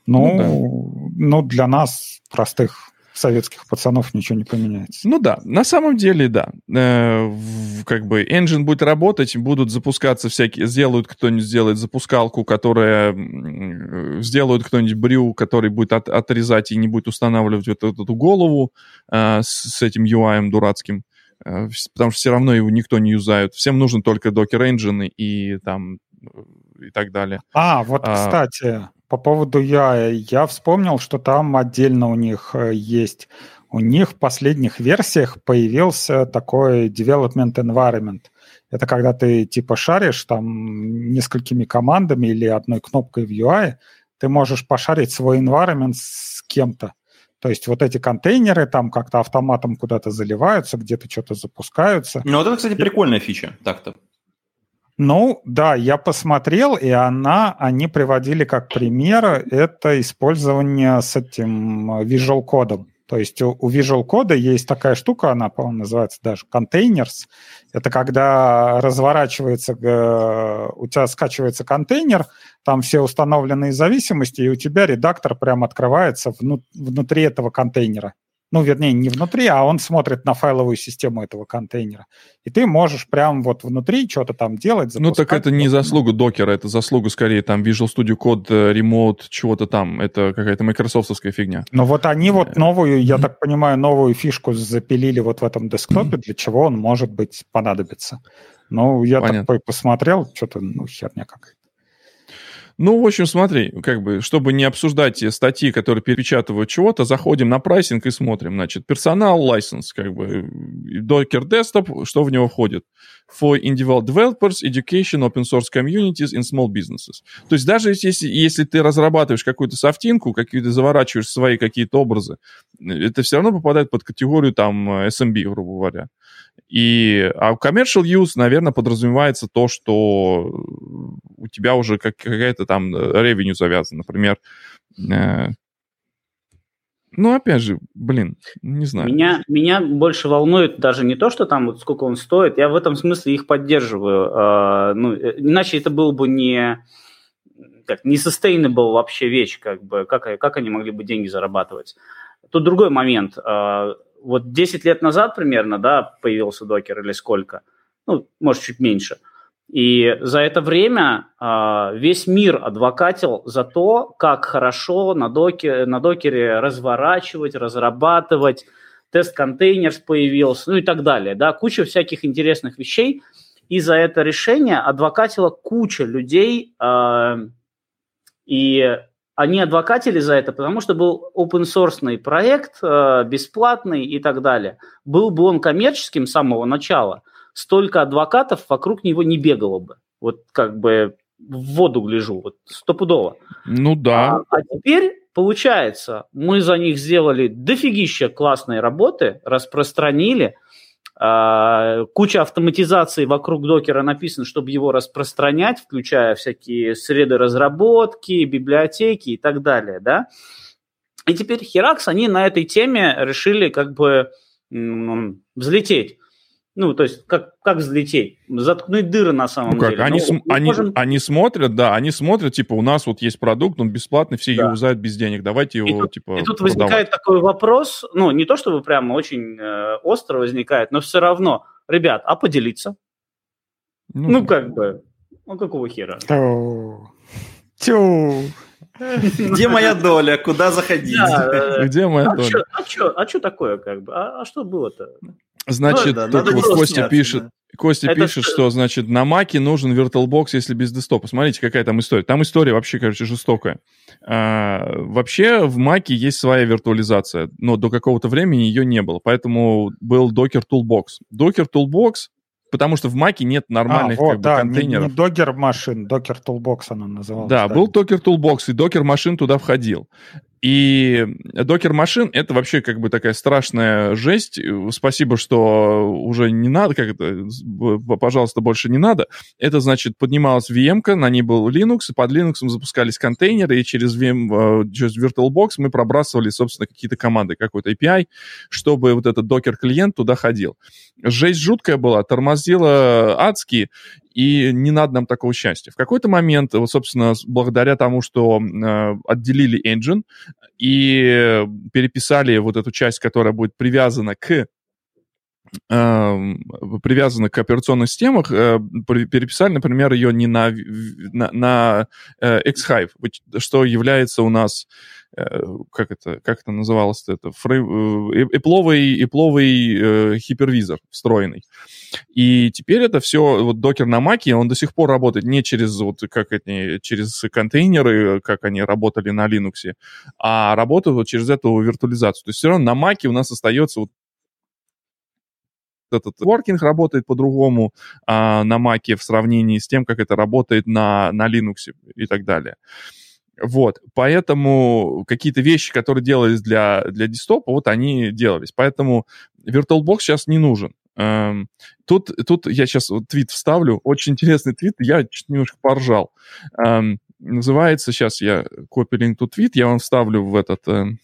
ну для нас, простых советских пацанов, ничего не поменяется. Ну да, на самом деле, да. Как бы engine будет работать, будут запускаться всякие... Кто-нибудь сделает запускалку, которая... Сделают кто-нибудь брю, который будет отрезать и не будет устанавливать эту голову с этим UI дурацким. Потому что все равно его никто не юзает. Всем нужен только Docker Engine и там... и так далее. Вот, кстати... По поводу я вспомнил, что там отдельно у них есть. У них в последних версиях появился такой development environment. Это когда ты типа шаришь там несколькими командами или одной кнопкой в UI, ты можешь пошарить свой environment с кем-то. То есть вот эти контейнеры там как-то автоматом куда-то заливаются, где-то что-то запускаются. Ну вот это, кстати, прикольная фича, так-то. Ну, да, я посмотрел, и они приводили как пример это использование с этим Visual кодом. То есть у Visual кода есть такая штука, она, по-моему, называется даже containers. Это когда разворачивается, у тебя скачивается контейнер, там все установленные зависимости, и у тебя редактор прям открывается внутри этого контейнера. Ну, вернее, не внутри, а он смотрит на файловую систему этого контейнера. И ты можешь прям вот внутри что-то там делать, запускать. Ну, так это не заслуга докера, это заслуга скорее там Visual Studio Code, Remote, чего-то там. Это какая-то майкрософтовская фигня. Ну, вот они вот новую, я так понимаю, новую фишку запилили вот в этом десктопе, для чего он, может быть, понадобится. Ну, я так посмотрел, что-то, херня какая-то. Ну, в общем, смотри, как бы, чтобы не обсуждать статьи, которые перепечатывают чего-то, заходим на прайсинг и смотрим. Значит, персонал, license, как бы, Docker Desktop, что в него входит? For individual developers, education, open source communities and small businesses. То есть даже если ты разрабатываешь какую-то софтинку, какие-то заворачиваешь свои какие-то образы, это все равно попадает под категорию там SMB, грубо говоря. А commercial use, наверное, подразумевается то, что у тебя уже какая-то там revenue завязана. Например, опять же, не знаю. Меня больше волнует даже не то, что там вот сколько он стоит. Я в этом смысле их поддерживаю. Иначе это был бы не sustainable вообще вещь, как бы, как они могли бы деньги зарабатывать. Тут другой момент. Вот 10 лет назад примерно, да, появился докер или сколько, может, чуть меньше. И за это время весь мир адвокатил за то, как хорошо на докере разворачивать, разрабатывать, тест-контейнер появился, и так далее. Да, куча всяких интересных вещей. И за это решение адвокатила куча людей, и они адвокатили за это, потому что был open-source проект, бесплатный и так далее. Был бы он коммерческим с самого начала, столько адвокатов вокруг него не бегало бы. Вот как бы в воду гляжу, вот стопудово. Ну да. А теперь, получается, мы за них сделали дофигища классной работы, распространили, куча автоматизации вокруг докера написано, чтобы его распространять, включая всякие среды разработки, библиотеки и так далее, да. И теперь херакс, они на этой теме решили как бы взлететь. То есть, как взлететь? Заткнуть дыры на самом деле. Они смотрят, типа, у нас вот есть продукт, он бесплатный, все его юзают без денег, давайте его, и тут возникает такой вопрос, не то чтобы прямо очень остро возникает, но все равно, ребят, а поделиться? Какого хера? Где моя доля? Куда заходить? Где моя доля? А что такое, как бы? А что было-то? Значит, тут вот Костя пишет, что, значит, на Маке нужен VirtualBox, если без десктопа. Смотрите, какая там история. Там история вообще, жестокая. Вообще в Маке есть своя виртуализация, но до какого-то времени ее не было. Поэтому был Docker Toolbox. Docker Toolbox, потому что в Маке нет нормальных контейнеров. Не Docker машин, Docker Toolbox она называлась. Да, был Docker Toolbox, и Docker машин туда входил. И Docker машин — это вообще как бы такая страшная жесть. Спасибо, что уже не надо, пожалуйста, больше не надо. Это, значит, поднималась VM-ка, на ней был Linux, и под Linux запускались контейнеры, и через VirtualBox мы пробрасывали, собственно, какие-то команды, какой-то API, чтобы вот этот Docker-клиент туда ходил. Жесть жуткая была, тормозила адски, и не надо нам такого счастья. В какой-то момент, вот, собственно, благодаря тому, что отделили engine и переписали вот эту часть, которая будет привязана к операционных системах, переписали, например, ее не на X-Hive, что является у нас, как это называлось, эпловый гипервизор встроенный. И теперь это все, вот докер на Маке, он до сих пор работает не через через контейнеры, как они работали на Linux, а работают вот через эту виртуализацию. То есть все равно на Маке у нас остается вот этот working работает по-другому на Маке в сравнении с тем, как это работает на Linux и так далее. Вот, поэтому какие-то вещи, которые делались для десктопа, вот они делались. Поэтому VirtualBox сейчас не нужен. Тут я сейчас вот твит вставлю, очень интересный твит, я чуть немножко поржал. Называется, сейчас я копи-линк тут твит, я вам вставлю в этот...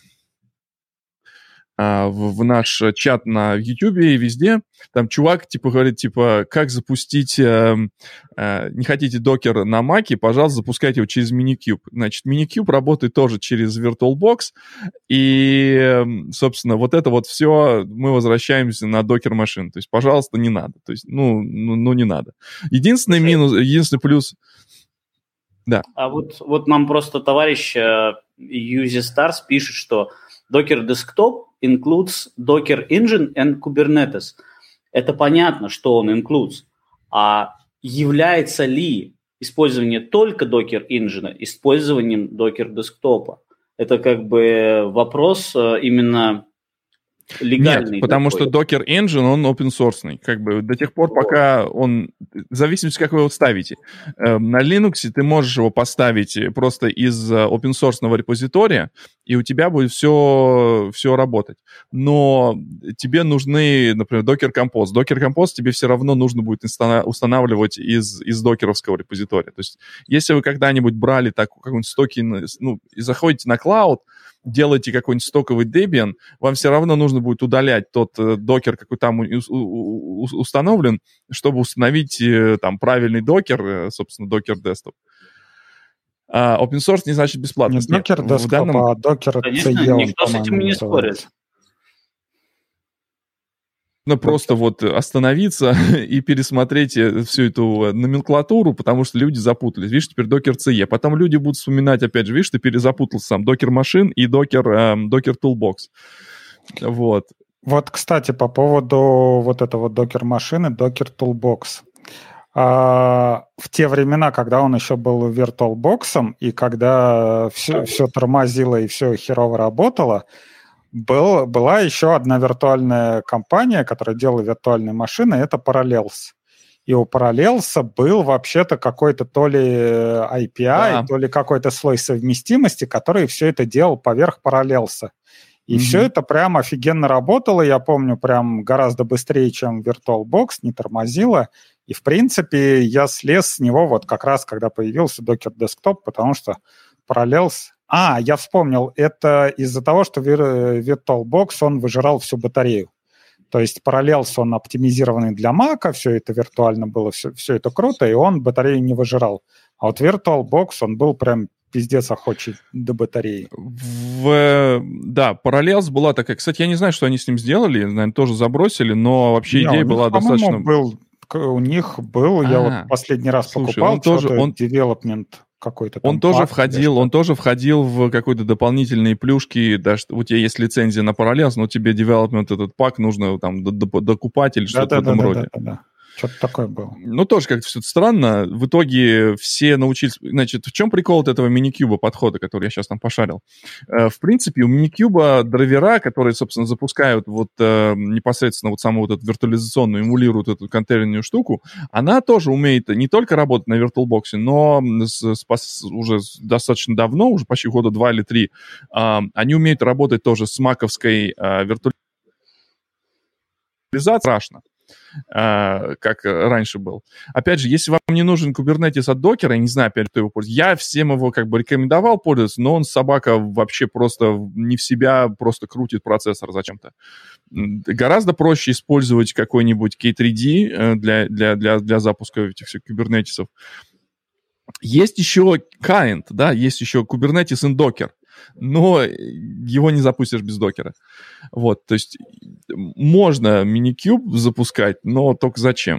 в наш чат на YouTube и везде. Там чувак, типа, говорит, типа, как запустить... не хотите докер на Маке, пожалуйста, запускайте его через Minikube. Значит, Minikube работает тоже через VirtualBox, и, собственно, вот это вот все мы возвращаемся на докер-машин. То есть, пожалуйста, не надо. То есть, ну не надо. Единственный минус, единственный плюс... Да. А вот нам просто товарищ Юзи Stars пишет, что Docker Desktop includes Docker Engine and Kubernetes. Это понятно, что он includes. А является ли использование только Docker Engine использованием Docker Desktop? Это как бы вопрос именно легальный. Нет, потому что Docker Engine, он open-source. Как бы до тех пор, пока он... В зависимости, как вы его ставите. На Linux ты можешь его поставить просто из open-source репозитория, и у тебя будет все работать. Но тебе нужны, например, Docker Compose. Docker Compose тебе все равно нужно будет устанавливать из докеровского репозитория. То есть, если вы когда-нибудь брали какой-нибудь стоки, и заходите на клауд, делаете какой-нибудь стоковый Debian, вам все равно нужно будет удалять тот докер, какой там установлен, чтобы установить там правильный докер, собственно, Docker Desktop. Open source не значит бесплатно. Не Docker Desktop, а Docker Конечно, никто с этим не спорит. Нужно просто вот остановиться и пересмотреть всю эту номенклатуру, потому что люди запутались. Видишь, теперь Docker CE. Потом люди будут вспоминать, опять же, видишь, ты перезапутался сам. Docker машин и Docker Toolbox. Вот. Вот, кстати, по поводу вот этого Docker машины, Docker Toolbox. В те времена, когда он еще был VirtualBox, и когда все тормозило и все херово работало, была еще одна виртуальная компания, которая делала виртуальные машины, это Parallels. И у Parallels был вообще-то какой-то то ли API, то ли какой-то слой совместимости, который все это делал поверх Parallels. И все это прям офигенно работало, я помню, прям гораздо быстрее, чем VirtualBox, не тормозило. И, в принципе, я слез с него вот как раз, когда появился Docker Desktop, потому что Parallels... я вспомнил, это из-за того, что VirtualBox, он выжирал всю батарею. То есть Parallels, он оптимизированный для Mac, все это виртуально было, все это круто, и он батарею не выжирал. А вот VirtualBox, он был прям пиздец охочий до батареи. Да, Parallels была такая... Кстати, я не знаю, что они с ним сделали, наверное, тоже забросили, но вообще идея была достаточно... У них был, я вот последний раз покупал, development какой-то там. Он тоже входил в какой-то дополнительные плюшки, даже у тебя есть лицензия на Parallels, но тебе development этот пак нужно там докупать или что-то в этом роде. Да. Что-то такое было. Ну, тоже как-то все странно. В итоге все научились... Значит, в чем прикол от этого Minikube подхода, который я сейчас там пошарил? В принципе, у Minikube драйвера, которые, собственно, запускают вот непосредственно вот саму вот эту виртуализационную, эмулируют эту контейнерную штуку, она тоже умеет не только работать на VirtualBox, но уже достаточно давно, уже почти года 2 или 3, они умеют работать тоже с маковской виртуализацией. Страшно. Как раньше был. Опять же, если вам не нужен Kubernetes от докера, я не знаю, опять, кто его пользуется, я всем его как бы рекомендовал пользоваться, но он, собака, вообще просто не в себя, просто крутит процессор зачем-то. Гораздо проще использовать какой-нибудь K3D для запуска этих всех кубернетисов. Есть еще Kind, да, есть еще Kubernetes in Docker, но его не запустишь без докера. Вот, то есть можно Minikube запускать, но только зачем?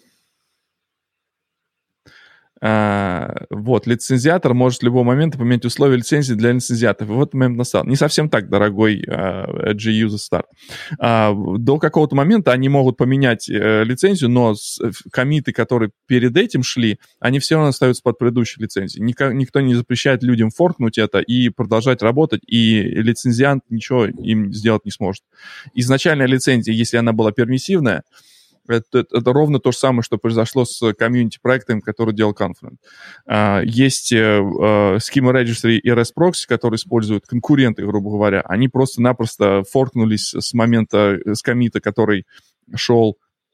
Вот, лицензиатор может в любой момент поменять условия лицензии для лицензиаторов. И в этот момент настал. Не совсем так, дорогой G-User Start. До какого-то момента они могут поменять лицензию, но коммиты, которые перед этим шли, они все равно остаются под предыдущей лицензией. Никто не запрещает людям форкнуть это и продолжать работать, и лицензиант ничего им сделать не сможет. Изначальная лицензия, если она была пермиссивная, это ровно то же самое, что произошло с комьюнити-проектом, который делал Confluent. Есть Schema Registry и REST Proxy, которые используют конкуренты, грубо говоря. Они просто-напросто форкнулись с момента, с коммита, который шел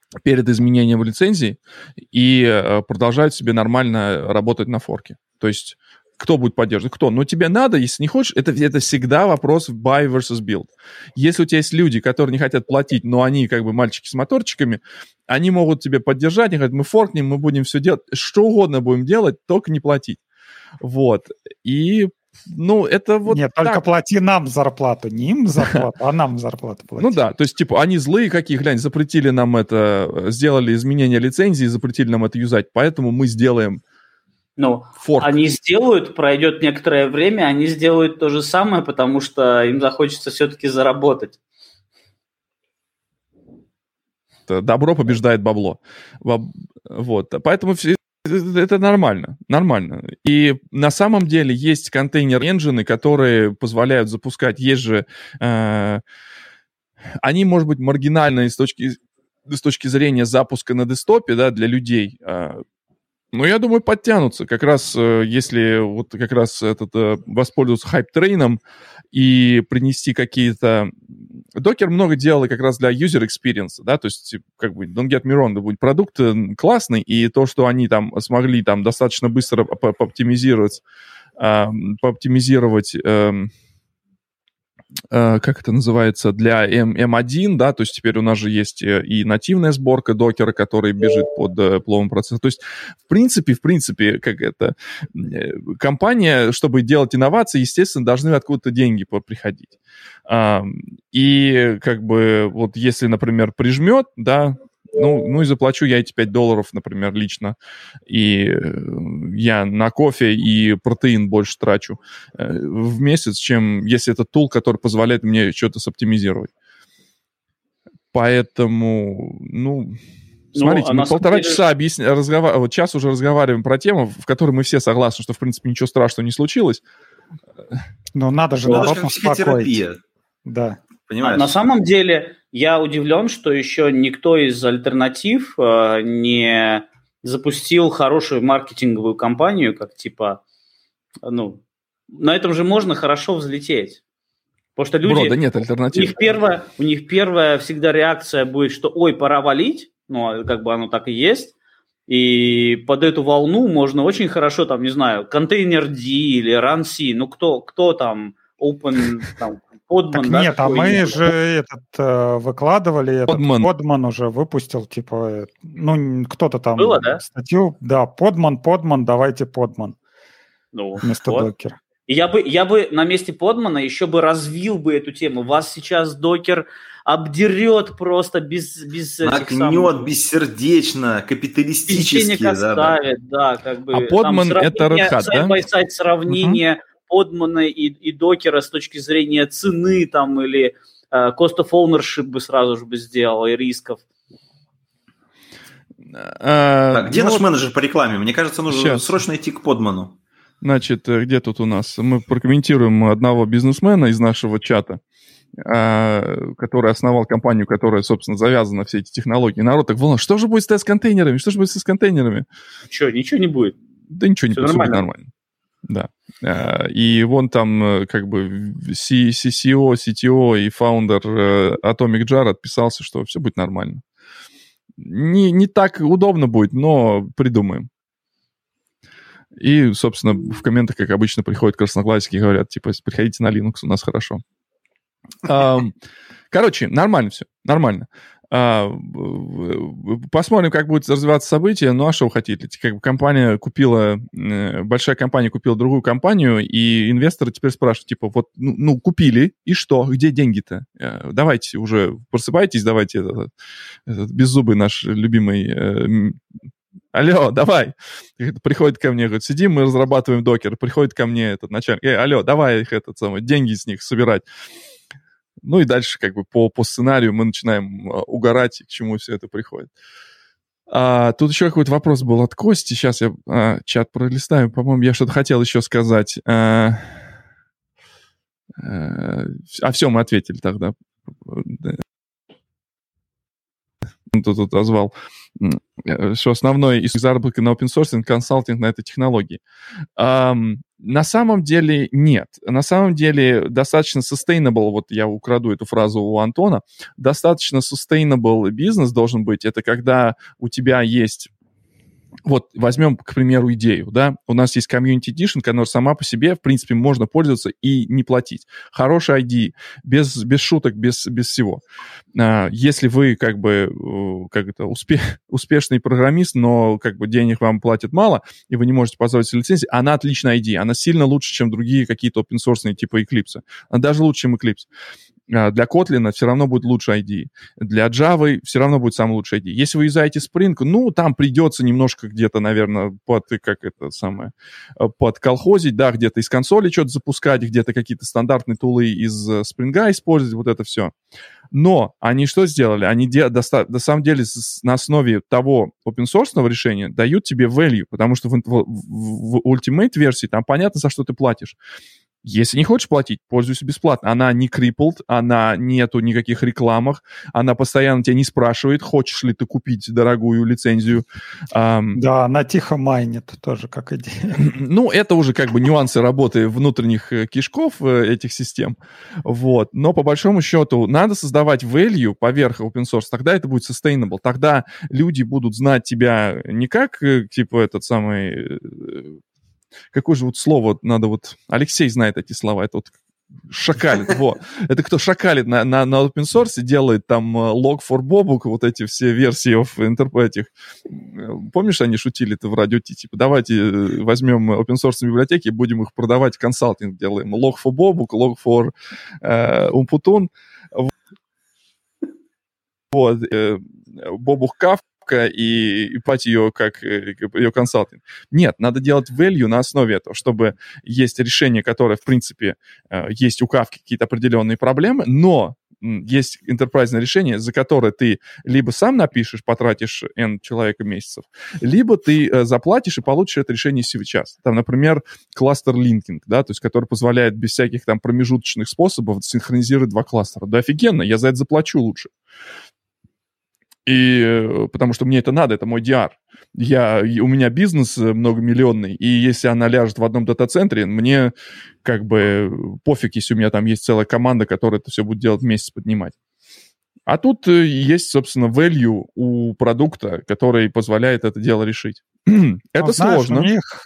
перед изменением лицензии и продолжают себе нормально работать на форке. То есть кто будет поддерживать? Кто? Но тебе надо, если не хочешь, это всегда вопрос buy versus build. Если у тебя есть люди, которые не хотят платить, но они как бы мальчики с моторчиками, они могут тебе поддержать, они говорят, мы форкнем, мы будем все делать, что угодно будем делать, только не платить. Вот. И это вот нет, только плати нам зарплату, не им зарплату, а нам зарплату плати. Ну да, то есть, типа, они злые какие, глянь, запретили нам это, сделали изменение лицензии, запретили нам это юзать, поэтому мы сделаем форк. Они сделают, пройдет некоторое время, они сделают то же самое, потому что им захочется все-таки заработать. Добро побеждает бабло. Вот, поэтому это нормально. И на самом деле есть контейнер-энджины, которые позволяют запускать. Есть же... они, может быть, маргинальные с точки зрения запуска на десктопе, да, для людей. Но я думаю, подтянутся. Как раз, если вот как раз воспользоваться хайп-трейном и принести какие-то... Докер много делал как раз для user experience, да, то есть, как бы, don't get me wrong, да, будет продукт классный, и то, что они там смогли там достаточно быстро пооптимизировать, как это называется, для M1, да, то есть теперь у нас же есть и нативная сборка докера, который бежит под пловым процессом. То есть, в принципе, как это, компания, чтобы делать инновации, естественно, должны откуда-то деньги приходить. И как бы вот если, например, прижмет, да, ну и заплачу я эти $5, например, лично, и я на кофе и протеин больше трачу в месяц, чем если это тул, который позволяет мне что-то соптимизировать. Поэтому, смотрите, мы полтора часа вот час уже разговариваем про тему, в которой мы все согласны, что, в принципе, ничего страшного не случилось. Но надо же народ успокоить. Да. Понимаешь? На самом деле я удивлен, что еще никто из альтернатив не запустил хорошую маркетинговую кампанию, как типа, на этом же можно хорошо взлететь. Потому что люди... Да нет альтернатив. У них первая всегда реакция будет, что ой, пора валить, как бы оно так и есть. И под эту волну можно очень хорошо, там, не знаю, контейнер D или Run C, кто там, Open, там, Podman, так да, нет, а мы же выкладывали, Podman уже выпустил, типа, кто-то там было, да? статью, да, Podman, давайте Podman вместо докера. И я бы на месте Podman еще бы развил бы эту тему. Вас сейчас докер обдерет просто без нагнет бессердечно, капиталистически. Да, как бы. А Podman это Red Hat, да? Сайт-by-сайт сравнение Podman и докера с точки зрения цены там или cost of ownership бы сразу же бы сделал и рисков. Так, где наш менеджер по рекламе? Мне кажется, нужно срочно идти к Podman. Значит, где тут у нас? Мы прокомментируем одного бизнесмена из нашего чата, который основал компанию, которая, собственно, завязана на все эти технологии. Народ так волнует, что же будет с тест-контейнерами? Что же будет с тест-контейнерами? Ничего не будет. Да ничего не будет, все будет нормально. Да. И вон там как бы CCO, CTO и фаундер Atomic Jar отписался, что все будет нормально. Не так удобно будет, но придумаем. И, собственно, в комментах, как обычно, приходят красноглазики и говорят, типа, приходите на Linux, у нас хорошо. Короче, нормально все, нормально. Посмотрим, как будет развиваться событие. Ну, а что вы хотите? Как бы компания купила, большая компания купила другую компанию, и инвесторы теперь спрашивают, типа, вот, купили, и что? Где деньги-то? Давайте уже просыпайтесь, давайте этот беззубый наш любимый... Алло, давай. Приходит ко мне, говорит, сидим, мы разрабатываем докер. Приходит ко мне этот начальник. Алло, давай их деньги с них собирать. Ну и дальше как бы по сценарию мы начинаем угорать, к чему все это приходит. Тут еще какой-то вопрос был от Кости. Сейчас я чат пролистаю. По-моему, я что-то хотел еще сказать. Все, мы ответили тогда. Тут назвал, что основной из заработка на open source консалтинг на этой технологии. На самом деле нет. На самом деле достаточно sustainable, вот я украду эту фразу у Антона, достаточно sustainable бизнес должен быть. Это когда у тебя есть... Вот возьмем, к примеру, идею, да, у нас есть Community Edition, которая сама по себе, в принципе, можно пользоваться и не платить. Хороший ID, без шуток, без всего. Если вы, успешный программист, но, денег вам платят мало, и вы не можете позволить себе лицензии, она отличная ID, она сильно лучше, чем другие какие-то open-source типа Eclipse. Она даже лучше, чем Eclipse. Для Kotlin все равно будет лучше ID. Для Java все равно будет самый лучший ID. Если вы юзаете Spring, там придется немножко где-то, наверное, подколхозить, да, где-то из консоли что-то запускать, где-то какие-то стандартные тулы из Spring использовать, вот это все. Но они что сделали? Они на самом деле на основе того open-source решения дают тебе value, потому что в Ultimate версии там понятно, за что ты платишь. Если не хочешь платить, пользуйся бесплатно. Она не crippled, она нету никаких рекламах, она постоянно тебя не спрашивает, хочешь ли ты купить дорогую лицензию. Да, она тихо майнит тоже, как идея. Это уже нюансы работы внутренних кишков этих систем. Вот. Но по большому счету надо создавать value поверх open source, тогда это будет sustainable. Тогда люди будут знать тебя не как, какое же слово надо Алексей знает эти слова, это шакалит, Это кто шакалит на open source, делает там log4bobuk, эти все версии этих. Помнишь, они шутили-то в радио Ти, давайте возьмем open source библиотеки и будем их продавать, консалтинг делаем. Log4bobuk, log4umputun. Бобух Каф, и пать ее как ее консалтинг. Нет, надо делать value на основе этого, чтобы есть решение, которое, в принципе, есть у Kafka какие-то определенные проблемы, но есть enterprise решение, за которое ты либо сам напишешь, потратишь N человека месяцев, либо ты заплатишь и получишь это решение сейчас. Там, например, кластер линкинг, да, то есть который позволяет без всяких там промежуточных способов синхронизировать два кластера. Да офигенно, я за это заплачу лучше. И потому что мне это надо, это мой DR. У меня бизнес многомиллионный, и если она ляжет в одном дата-центре, мне пофиг, если у меня там есть целая команда, которая это все будет делать месяц поднимать. А тут есть, собственно, value у продукта, который позволяет это дело решить. Это сложно.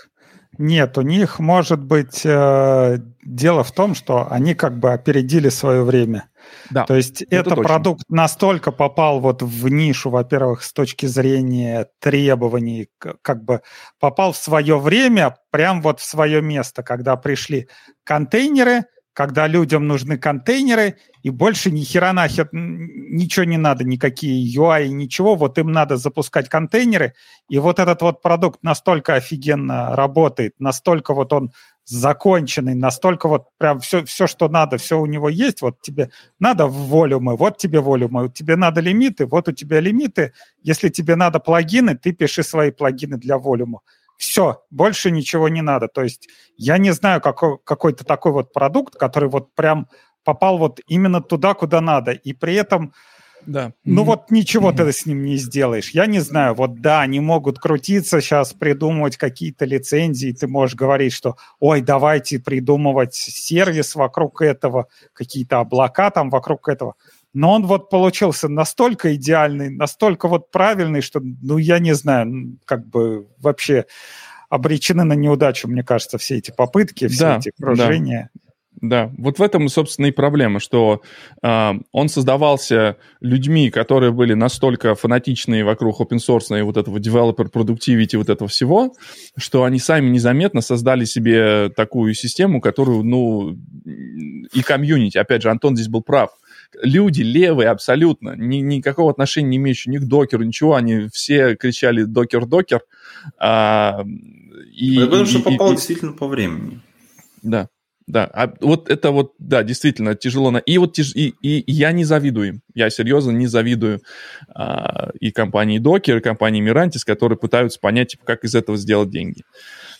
У них может быть дело в том, что они опередили свое время. Да, то есть это продукт настолько попал в нишу, во-первых, с точки зрения требований, попал в свое время, прям в свое место, когда пришли контейнеры, когда людям нужны контейнеры, и больше ни хера нахер ничего не надо, никакие UI, ничего, им надо запускать контейнеры, и этот продукт настолько офигенно работает, настолько он законченный, настолько прям все, что надо, все у него есть, тебе надо волюмы, тебе волюмы, тебе надо лимиты, у тебя лимиты, если тебе надо плагины, ты пиши свои плагины для волюма. Все, больше ничего не надо. То есть я не знаю какой-то такой продукт, который прям попал именно туда, куда надо, и при этом да. Ничего ты с ним не сделаешь. Я не знаю, они могут крутиться сейчас, придумывать какие-то лицензии, ты можешь говорить, что давайте придумывать сервис вокруг этого, какие-то облака там вокруг этого. Но он получился настолько идеальный, настолько правильный, что, я не знаю, вообще обречены на неудачу, мне кажется, все эти попытки, все эти кружения. Да, в этом, собственно, и проблема, что он создавался людьми, которые были настолько фанатичные вокруг open-source и этого developer productivity, этого всего, что они сами незаметно создали себе такую систему, которую, и комьюнити. Опять же, Антон здесь был прав. Люди левые абсолютно, никакого отношения не имеющие ни к докеру, ничего, они все кричали «докер». Потому что попал действительно по времени. Да. Да, да, действительно тяжело. И я не завидую им. Я серьезно не завидую и компании Docker, и компании Mirantis, которые пытаются понять, как из этого сделать деньги.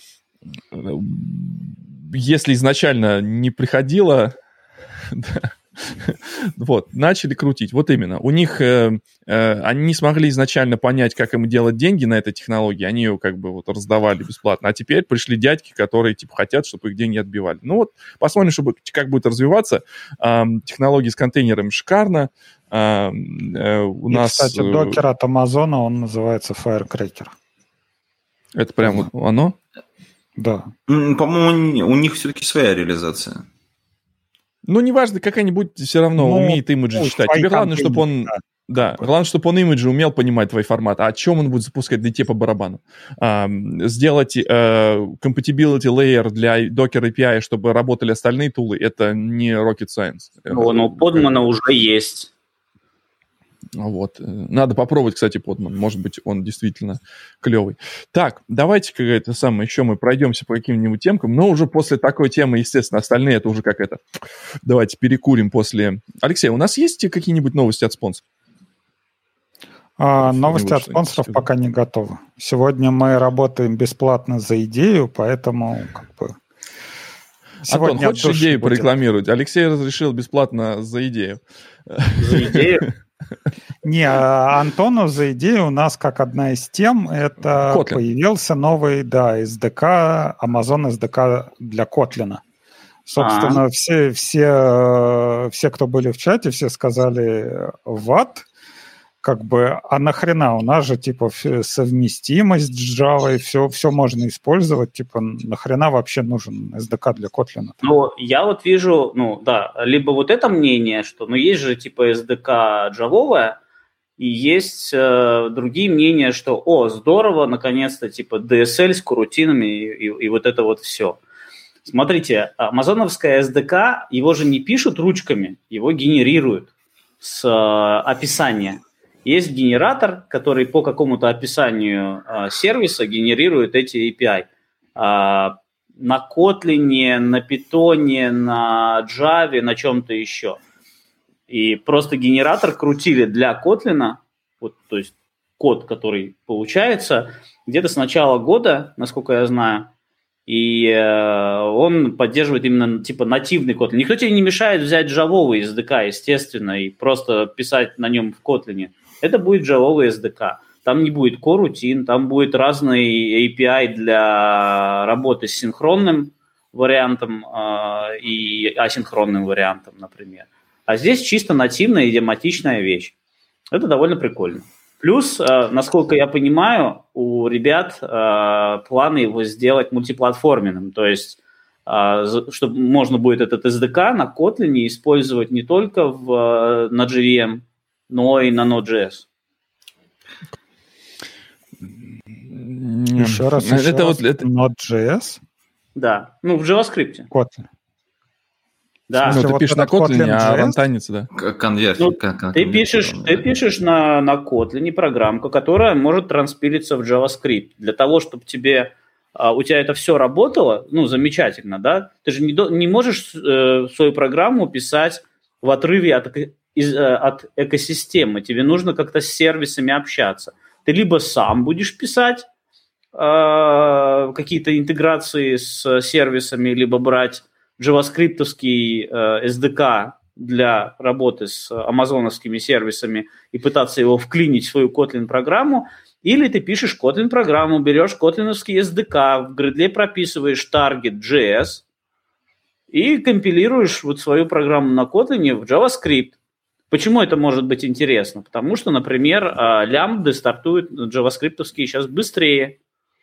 Если изначально не приходило, Вот, начали крутить. Вот именно. У них, они не смогли изначально понять, как им делать деньги на этой технологии, они ее как бы вот раздавали бесплатно, а теперь пришли дядьки, которые типа хотят, чтобы их деньги отбивали. Ну вот, посмотрим, как будет развиваться. Технологии с контейнерами шикарно. У нас... Кстати, докер от Амазона, он называется Firecracker. Это прямо оно? Да. По-моему, у них все-таки своя реализация. Ну, неважно, какая-нибудь, все равно умеет имиджи читать. Тебе главное, чтобы он... Да, главное, чтобы он имиджи умел понимать твой формат. А о чем он будет запускать, да тебе по барабану. Сделать compatibility layer для Docker API, чтобы работали остальные тулы, это не rocket science. Но у Podman уже есть. Вот. Надо попробовать, кстати, Podman. Может быть, он действительно клевый. Так, давайте еще мы пройдемся по каким-нибудь темкам, но уже после такой темы, естественно, остальные это уже как это. Давайте перекурим после... Алексей, у нас есть какие-нибудь новости от спонсоров? Новости от спонсоров пока не готовы. Сегодня мы работаем бесплатно за идею, поэтому как бы... Антон, хочешь идею порекламировать? Алексей разрешил бесплатно за идею. За идею? Не, Антону за идею у нас как одна из тем, это Kotlin. Появился новый, SDK, Amazon SDK для Kotlin. Собственно, все, кто были в чате, все сказали what? Как бы, а нахрена? У нас же, типа, совместимость с Java, все можно использовать, типа, нахрена вообще нужен SDK для Kotlin? Ну, я вот вижу, либо вот это мнение, что, есть же, типа, SDK джавовая, и есть другие мнения, что, здорово, наконец-то, типа, DSL с корутинами и вот это вот все. Смотрите, амазоновская SDK, его же не пишут ручками, его генерируют с описания. Есть генератор, который по какому-то описанию сервиса генерирует эти API. На Kotlin, на Python, на Java, на чем-то еще. И просто генератор крутили для Kotlin, вот, то есть код, который получается, где-то с начала года, насколько я знаю, и он поддерживает именно типа нативный Kotlin. Никто тебе не мешает взять джавовый SDK, естественно, и просто писать на нем в Kotlin. Это будет джавовый SDK. Там не будет coroutine, там будет разный API для работы с синхронным вариантом и асинхронным вариантом, например. А здесь чисто нативная идиоматичная вещь. Это довольно прикольно. Плюс, насколько я понимаю, у ребят планы его сделать мультиплатформенным. То есть, чтобы можно будет этот SDK на Kotlin использовать не только на JVM, но и на Node.js. Еще раз. Node.js? Да, в JavaScript. Kotlin. Да. Ты пишешь на Kotlin, а рантайнится, да? Конверт. Ты пишешь на Kotlin программку, которая может транспилиться в JavaScript. Для того, чтобы у тебя это все работало, замечательно, да? Ты же не можешь свою программу писать в отрыве от экосистемы. Тебе нужно как-то с сервисами общаться. Ты либо сам будешь писать какие-то интеграции с сервисами, либо брать JavaScript-овский SDK для работы с амазоновскими сервисами и пытаться его вклинить в свою Kotlin-программу, или ты пишешь Kotlin-программу, берешь Kotlin-овский SDK, в гридле прописываешь target.js и компилируешь вот свою программу на Kotlin в JavaScript. Почему это может быть интересно? Потому что, например, лямбды стартуют JavaScript-овские сейчас быстрее.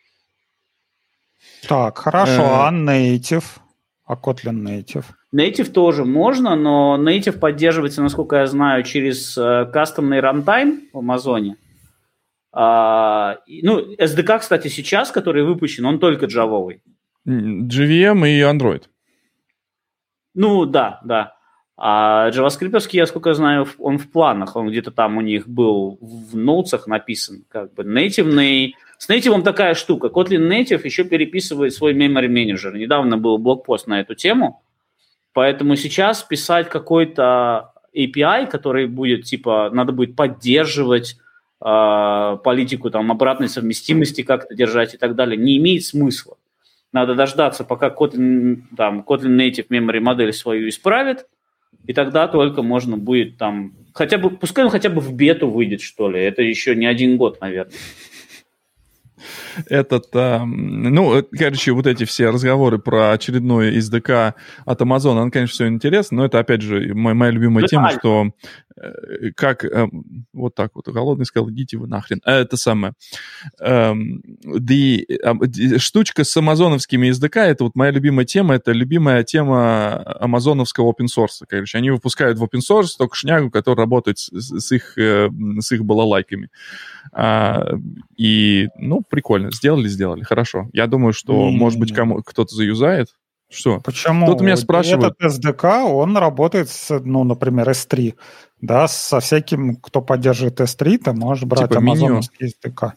Так, хорошо, а Native? А Kotlin Native? Native тоже можно, но Native поддерживается, насколько я знаю, через кастомный рантайм в Амазоне. SDK, кстати, сейчас, который выпущен, он только джавовый. JVM и Android. Да. А JavaScript-овский, я сколько знаю, он в планах, он где-то там у них был в ноутсах написан, как бы нативный. С Native такая штука. Kotlin Native еще переписывает свой memory manager. Недавно был блогпост на эту тему, поэтому сейчас писать какой-то API, который будет, надо будет поддерживать политику там обратной совместимости как-то держать и так далее, не имеет смысла. Надо дождаться, пока Kotlin Native memory модель свою исправит, и тогда только можно будет там... Пускай он хотя бы в бету выйдет, что ли. Это еще не 1 год, наверное. Короче, вот эти все разговоры про очередной SDK от Amazon, он, конечно, все интересно, но это, опять же, моя любимая тема, что вот так вот, голодный сказал, идите вы нахрен. Это самое. Штучка с амазоновскими SDK, это вот моя любимая тема, это любимая тема амазоновского open source. Короче, они выпускают в open source только шнягу, которая работает с их балалайками. Прикольно. Сделали, хорошо. Я думаю, что, может быть, кто-то заюзает. Что? Почему? Кто-то меня спрашивает. Этот SDK, он работает с, например, S3. Да, со всяким, кто поддерживает S3, ты можешь брать амазоновский SDK.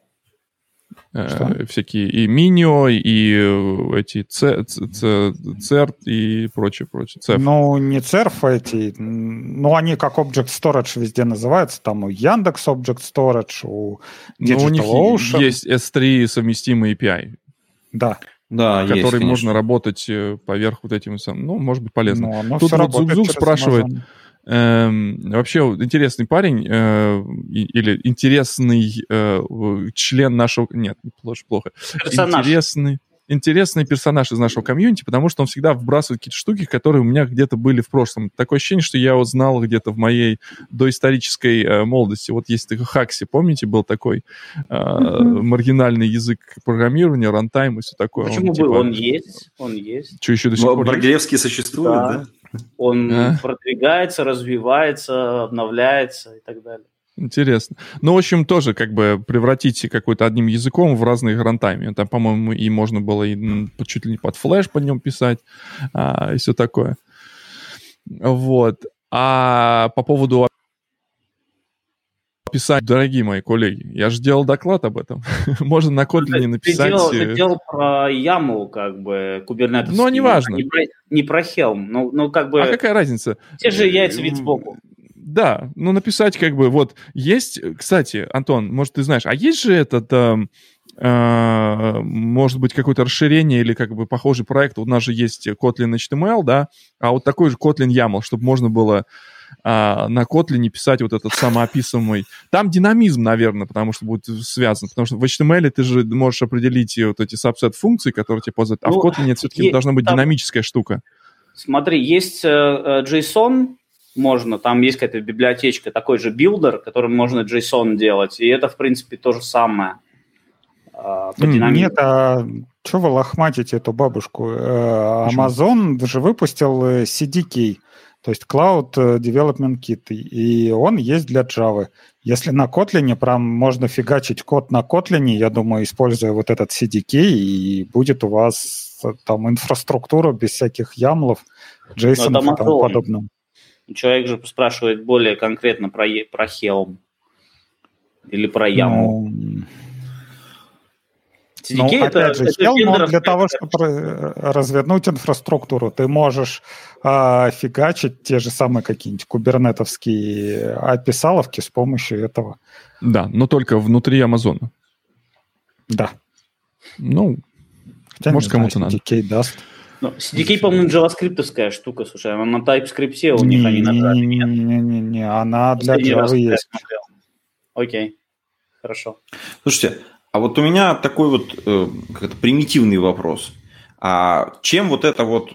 Всякие и Minio, и эти CERT и прочее. CERF. Не CERF эти, они как Object Storage везде называются, там у Яндекс Object Storage, у DigitalOcean. У них есть S3 совместимый API. Да. Да, который можно работать поверх вот этим самым. Может быть, полезно. Тут вот Зук спрашивает, вообще интересный парень или интересный член нашего... Нет, плохо. Интересный персонаж из нашего комьюнити, потому что он всегда вбрасывает какие-то штуки, которые у меня где-то были в прошлом. Такое ощущение, что я его знал где-то в моей доисторической молодости. Вот есть Хакси, помните, был такой маргинальный язык программирования, рантайм и все такое. Почему был? Он есть. Что, еще до сих пор? Брагилевский существует, да? Он продвигается, развивается, обновляется и так далее. Интересно. В общем, тоже превратить какой-то одним языком в разные рантайме. Там, по-моему, и можно было чуть ли не под флеш по нем писать, и все такое. Вот. А по поводу описания, дорогие мои коллеги, я же делал доклад об этом. Можно на Kotlin написать... Ты делал про YAML, кубернетовский. Но неважно. Не про Helm. А какая разница? Те же яйца вид сбоку. Да, написать вот есть, кстати, Антон, может, ты знаешь, а есть же может быть, какое-то расширение или похожий проект, у нас же есть Kotlin HTML, да, а вот такой же Kotlin YAML, чтобы можно было на Kotlin писать вот этот самоописываемый. Там динамизм, наверное, потому что будет связан, потому что в HTML ты же можешь определить вот эти сабсет-функции, которые тебе позволяют, а в Kotlin все-таки должна быть динамическая штука. Смотри, есть JSON, там есть какая-то библиотечка, такой же билдер, которым можно JSON делать, и это, в принципе, то же самое. Нет, что вы лохматите эту бабушку? Amazon же выпустил CDK, то есть Cloud Development Kit, и он есть для Java. Если на Kotlin прям можно фигачить код на Kotlin, я думаю, используя вот этот CDK, и будет у вас там инфраструктура без всяких ямлов, JSON и тому подобного. Человек же спрашивает более конкретно про Helm или про YAML. Опять же, Helm для того, чтобы развернуть инфраструктуру. Ты можешь фигачить те же самые какие-нибудь кубернетовские описаловки с помощью этого. Да, но только внутри Амазона. Да. Хотя, может, кому-то надо. CDK даст. CDK, по-моему, JavaScript-овская штука, слушай, она на TypeScript у них они нажали. Не, она для Java есть. Окей, хорошо. Слушайте, а вот у меня такой вот как-то примитивный вопрос. А чем вот это вот,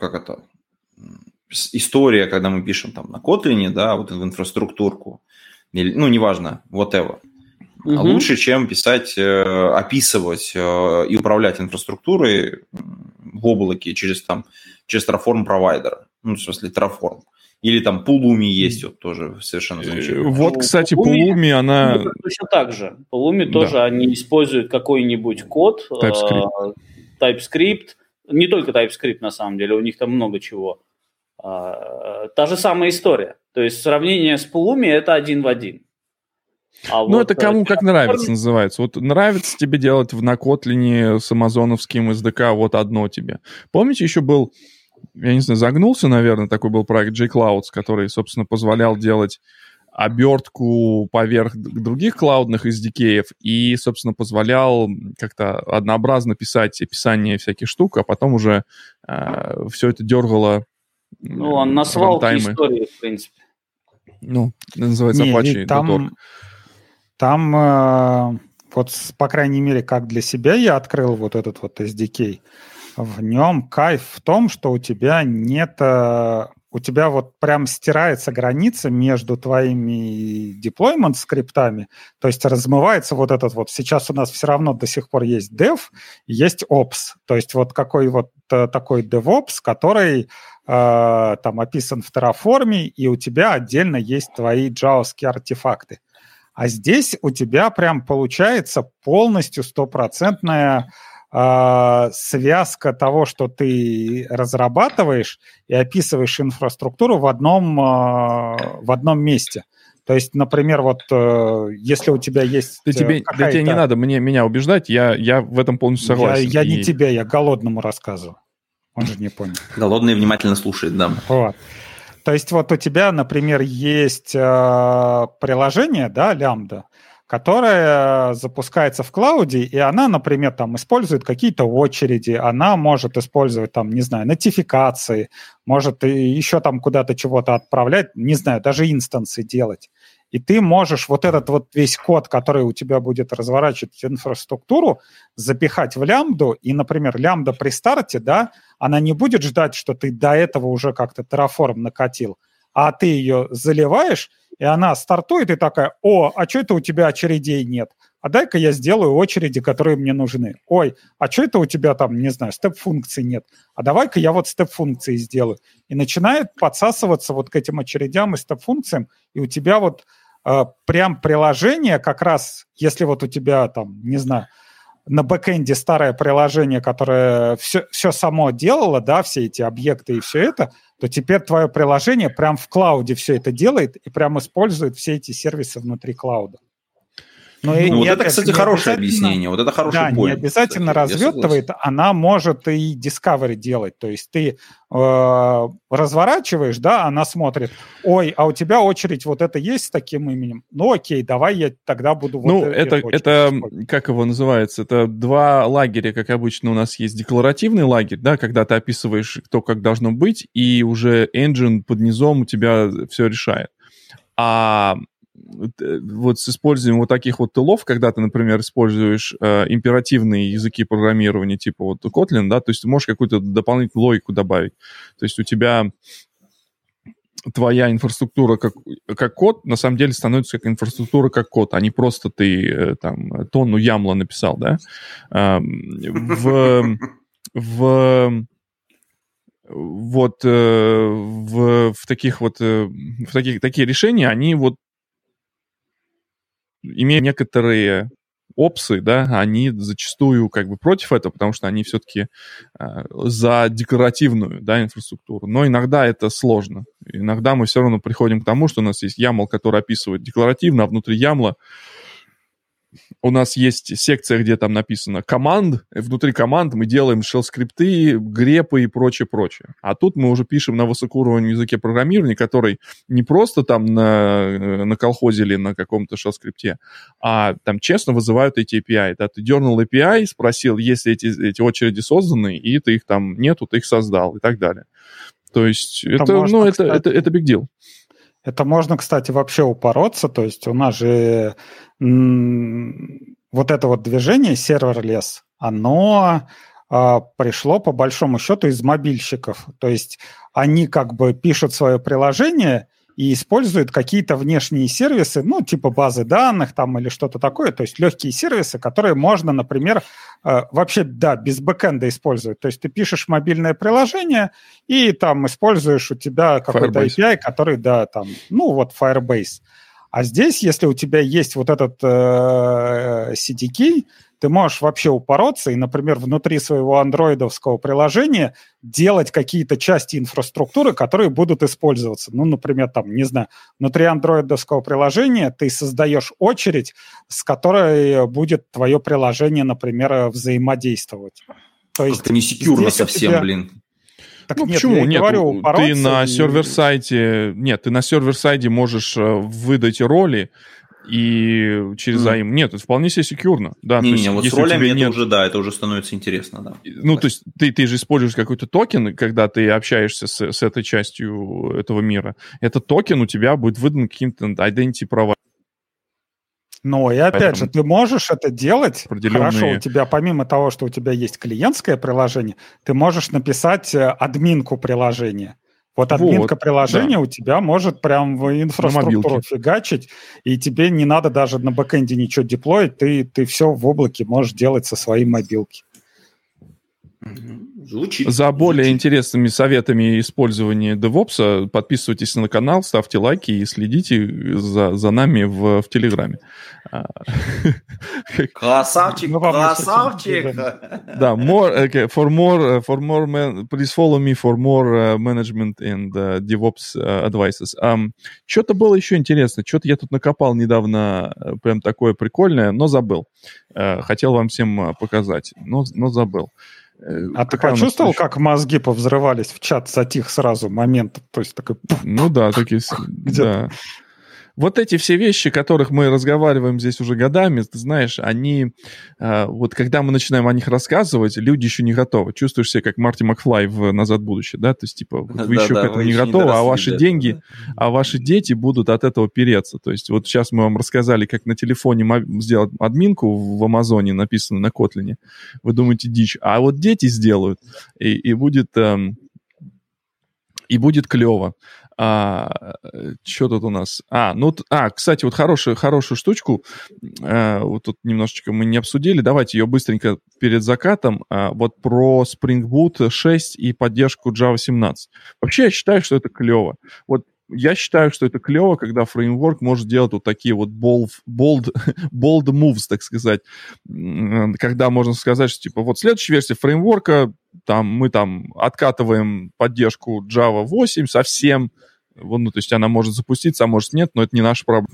история, когда мы пишем там на Kotlin, да, вот в инфраструктурку, или, неважно, whatever, лучше, чем писать, описывать и управлять инфраструктурой в облаке через Terraform провайдера, в смысле Terraform. Или там Pulumi есть тоже совершенно замечательно. Вот, кстати, Pulumi, она... Точно так же. Pulumi тоже они используют какой-нибудь код, TypeScript. Не только TypeScript, на самом деле, у них там много чего. Та же самая история. То есть сравнение с Pulumi – это один в один. Это кому как нравится называется. Вот нравится тебе делать на Kotlin с амазоновским SDK, вот одно тебе. Помните, еще был, я не знаю, загнулся, наверное, такой был проект JClouds, который, собственно, позволял делать обертку поверх других клаудных SDK и, собственно, позволял как-то однообразно писать описание всяких штук, а потом уже все это дергало Ну, он на свалке истории, в принципе. Ну, называется Apache .org. Там, вот, по крайней мере, как для себя я открыл вот этот вот SDK, в нем кайф в том, что у тебя нет... У тебя вот прям стирается граница между твоими deployment скриптами, то есть размывается вот этот вот... Сейчас у нас все равно до сих пор есть dev, есть ops, то есть вот какой вот такой DevOps, который там описан в Terraform, и у тебя отдельно есть твои джавовские артефакты. А здесь у тебя прям получается полностью стопроцентная связка того, что ты разрабатываешь и описываешь инфраструктуру в одном месте. То есть, например, вот если у тебя есть... Тебе не надо меня убеждать, я в этом полностью согласен. Я не тебе, я голодному рассказываю. Он же не понял. Голодный внимательно слушает, да. Вот. То есть вот у тебя, например, есть приложение, да, Lambda, которая запускается в клауде, и она, например, там использует какие-то очереди, она может использовать там, не знаю, нотификации, может еще там куда-то чего-то отправлять, не знаю, даже инстансы делать. И ты можешь вот этот вот весь код, который у тебя будет разворачивать инфраструктуру, запихать в лямбду, и, например, лямбда при старте, да, она не будет ждать, что ты до этого уже как-то Terraform накатил, а ты ее заливаешь, и она стартует и такая: о, а что это у тебя очередей нет? А дай-ка я сделаю очереди, которые мне нужны. Ой, а что это у тебя там, не знаю, степ-функций нет? А давай-ка я вот степ-функции сделаю. И начинает подсасываться вот к этим очередям и степ-функциям, и у тебя вот прям приложение как раз, если вот у тебя там, не знаю, на бэкэнде старое приложение, которое все само делало, да, все эти объекты и все это, то теперь твое приложение прям в клауде все это делает и прям использует все эти сервисы внутри клауда. Но вот это, кстати, хорошее объяснение. Вот это хороший point. Да, не обязательно развертывает, она может и discovery делать. То есть ты разворачиваешь, да, она смотрит: ой, а у тебя очередь вот это есть с таким именем? Ну окей, давай я тогда буду вот это как его называется? Это два лагеря, как обычно у нас есть декларативный лагерь, да, когда ты описываешь, кто как должно быть, и уже engine под низом у тебя все решает. А вот с использованием вот таких вот тылов, когда ты, например, используешь императивные языки программирования, типа вот Kotlin, да, то есть ты можешь какую-то дополнительную логику добавить. То есть у тебя твоя инфраструктура как код, на самом деле становится как инфраструктура как код, а не просто ты там тонну ямла написал, да. Такие решения, они вот имея некоторые опсы, да, они зачастую как бы против этого, потому что они все-таки за декларативную, да, инфраструктуру. Но иногда это сложно. Иногда мы все равно приходим к тому, что у нас есть YAML, который описывает декларативно, а внутри YAML у нас есть секция, где там написано команд, и внутри команд мы делаем shell-скрипты, грепы и прочее. А тут мы уже пишем на высокоуровневом языке программирования, который не просто там на колхозе или на каком-то shell-скрипте, а там честно вызывают эти API. Да? Ты дернул API, спросил, есть ли эти очереди созданы, и ты их там нету, ты их создал и так далее. То есть это big deal. Это можно, кстати, вообще упороться. То есть у нас же вот это вот движение serverless, оно пришло по большому счету из мобильщиков. То есть они как бы пишут свое приложение и используют какие-то внешние сервисы, ну, типа базы данных там или что-то такое, то есть легкие сервисы, которые можно, например, вообще, да, без бэкэнда использовать. То есть ты пишешь мобильное приложение и там используешь у тебя какой-то API, который, да, там, ну, вот Firebase. А здесь, если у тебя есть вот этот CDK, ты можешь вообще упороться и, например, внутри своего андроидовского приложения делать какие-то части инфраструктуры, которые будут использоваться. Ну, например, там, не знаю, внутри андроидовского приложения ты создаешь очередь, с которой будет твое приложение, например, взаимодействовать. То есть как-то не секьюрно совсем, блин. Так ну, нет, почему? Нет, говорю, ты на сервер-сайте... Нет, ты на сервер-сайте можешь выдать роли, и через AIM. Нет, это вполне себе секьюрно. Да, не, вот с ролями это уже, да, это уже становится интересно, да. Ну, то есть ты же используешь какой-то токен, когда ты общаешься с этой частью этого мира. Этот токен у тебя будет выдан каким-то identity провайдером. Но и опять же, ты можешь это делать. Хорошо, у тебя помимо того, что у тебя есть клиентское приложение, ты можешь написать админку приложения. Вот админка приложения у тебя может прям в инфраструктуру фигачить, и тебе не надо даже на бэкэнде ничего деплоить, ты все в облаке можешь делать со своей мобилки. За более интересными советами использования DevOps подписывайтесь на канал, ставьте лайки и следите за нами в Телеграме. Красавчик, красавчик! Да, please follow me for more management and DevOps advices. Что-то было еще интересно, что-то я тут накопал недавно, прям такое прикольное, но забыл. Хотел вам всем показать, но забыл. А ты почувствовал, как мозги повзрывались в чат, затих сразу момент? То есть такой... Ну да, такие... Да. Вот эти все вещи, о которых мы разговариваем здесь уже годами, ты знаешь, они... Вот когда мы начинаем о них рассказывать, люди еще не готовы. Чувствуешь себя как Марти Макфлай в «Назад в будущее», да? То есть, типа, вы еще к этому не готовы, а ваши деньги, а ваши дети будут от этого переться. То есть, вот сейчас мы вам рассказали, как на телефоне сделать админку в Амазоне, написанную на Kotlin. Вы думаете, дичь. А вот дети сделают, и будет клево. Что тут у нас? Кстати, вот хорошую штучку, вот тут немножечко мы не обсудили, давайте ее быстренько перед закатом, вот про Spring Boot 6 и поддержку Java 17. Вообще, я считаю, что это клево. Вот я считаю, что это клево, когда фреймворк может делать вот такие вот bold moves, так сказать. Когда можно сказать, что типа вот следующая версия фреймворка, мы откатываем поддержку Java 8 совсем. Ну, то есть она может запуститься, а может нет, но это не наша проблема.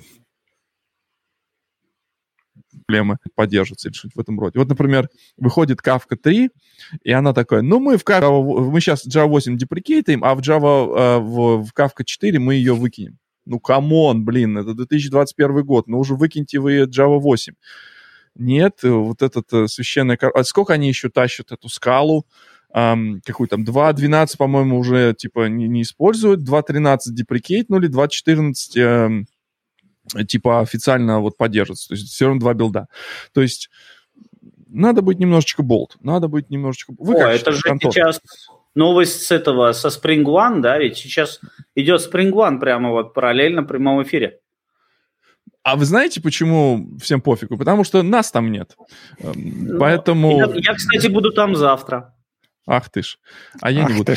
Поддерживаться или что-нибудь в этом роде. Вот, например, выходит Kafka 3, и она такая, мы сейчас Java 8 деприкейтаем, а в Kafka 4 мы ее выкинем. Ну, камон, блин, это 2021 год, уже выкиньте вы Java 8. Нет, вот этот священный... Сколько они еще тащат эту скалу? Какую там, 2.12, по-моему, уже типа не используют, 2.13 деприкейтнули, 2.14 типа официально вот поддерживается. То есть все равно 2 билда. То есть надо быть немножечко болт, надо быть немножечко... Это же Антон? Сейчас новость со Spring One, да, ведь сейчас идет Spring One прямо вот параллельно в прямом эфире. А вы знаете, почему всем пофигу? Потому что нас там нет. Поэтому... Я, кстати, буду там завтра. Ах ты ж. А я не буду.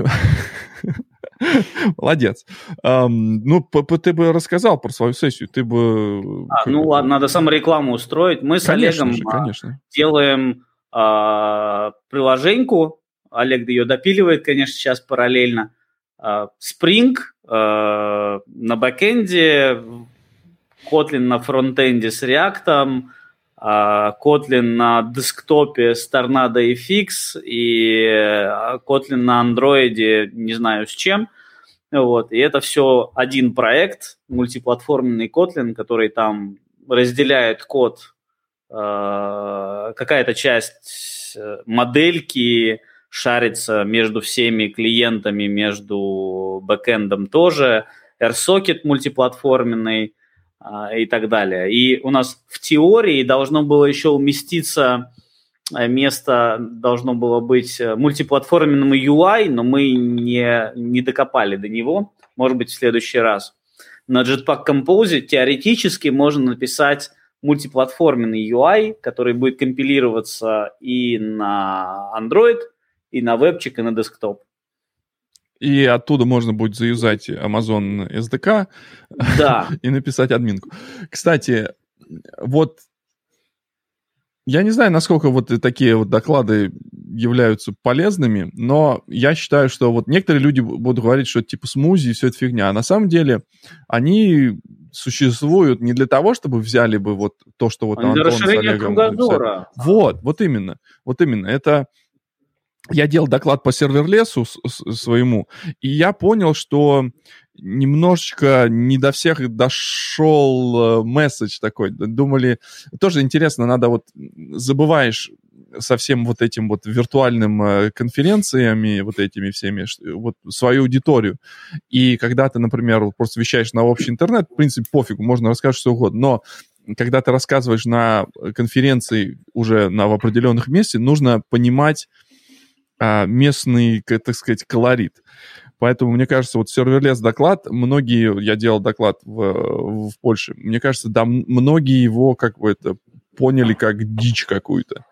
Молодец. Ты бы рассказал про свою сессию. Ты бы... ладно, надо саморекламу устроить. Мы с Олегом делаем приложеньку. Олег ее допиливает, конечно, сейчас параллельно. Spring на бэкэнде, Kotlin на фронтенде с React, Kotlin на десктопе с Tornado FX и Kotlin на андроиде не знаю с чем. Вот. И это все один проект, мультиплатформенный Kotlin, который там разделяет код, какая-то часть модельки шарится между всеми клиентами, между бэкэндом тоже, AirSocket мультиплатформенный, и так далее. И у нас в теории должно было еще уместиться место, должно было быть мультиплатформенному UI, но мы не докопали до него. Может быть, в следующий раз. На Jetpack Compose теоретически можно написать мультиплатформенный UI, который будет компилироваться и на Android, и на вебчик, и на десктоп. И оттуда можно будет заюзать Amazon SDK, да. И написать админку. Кстати, вот я не знаю, насколько вот такие вот доклады являются полезными, но я считаю, что вот некоторые люди будут говорить, что это типа смузи и все это фигня. А на самом деле они существуют не для того, чтобы взяли бы вот то, что вот Антон с Олегом написали. Вот именно. Это... Я делал доклад по серверлесу своему, и я понял, что немножечко не до всех дошел месседж такой. Думали, тоже интересно, надо вот, забываешь со всем вот этим вот виртуальным конференциями, вот этими всеми, вот свою аудиторию. И когда ты, например, просто вещаешь на общий интернет, в принципе, пофигу, можно рассказать что угодно, но когда ты рассказываешь на конференции уже в определенных месте, нужно понимать местный, так сказать, колорит. Поэтому, мне кажется, вот серверлес доклад, я делал доклад в Польше, мне кажется, да, многие его как бы это поняли как дичь какую-то.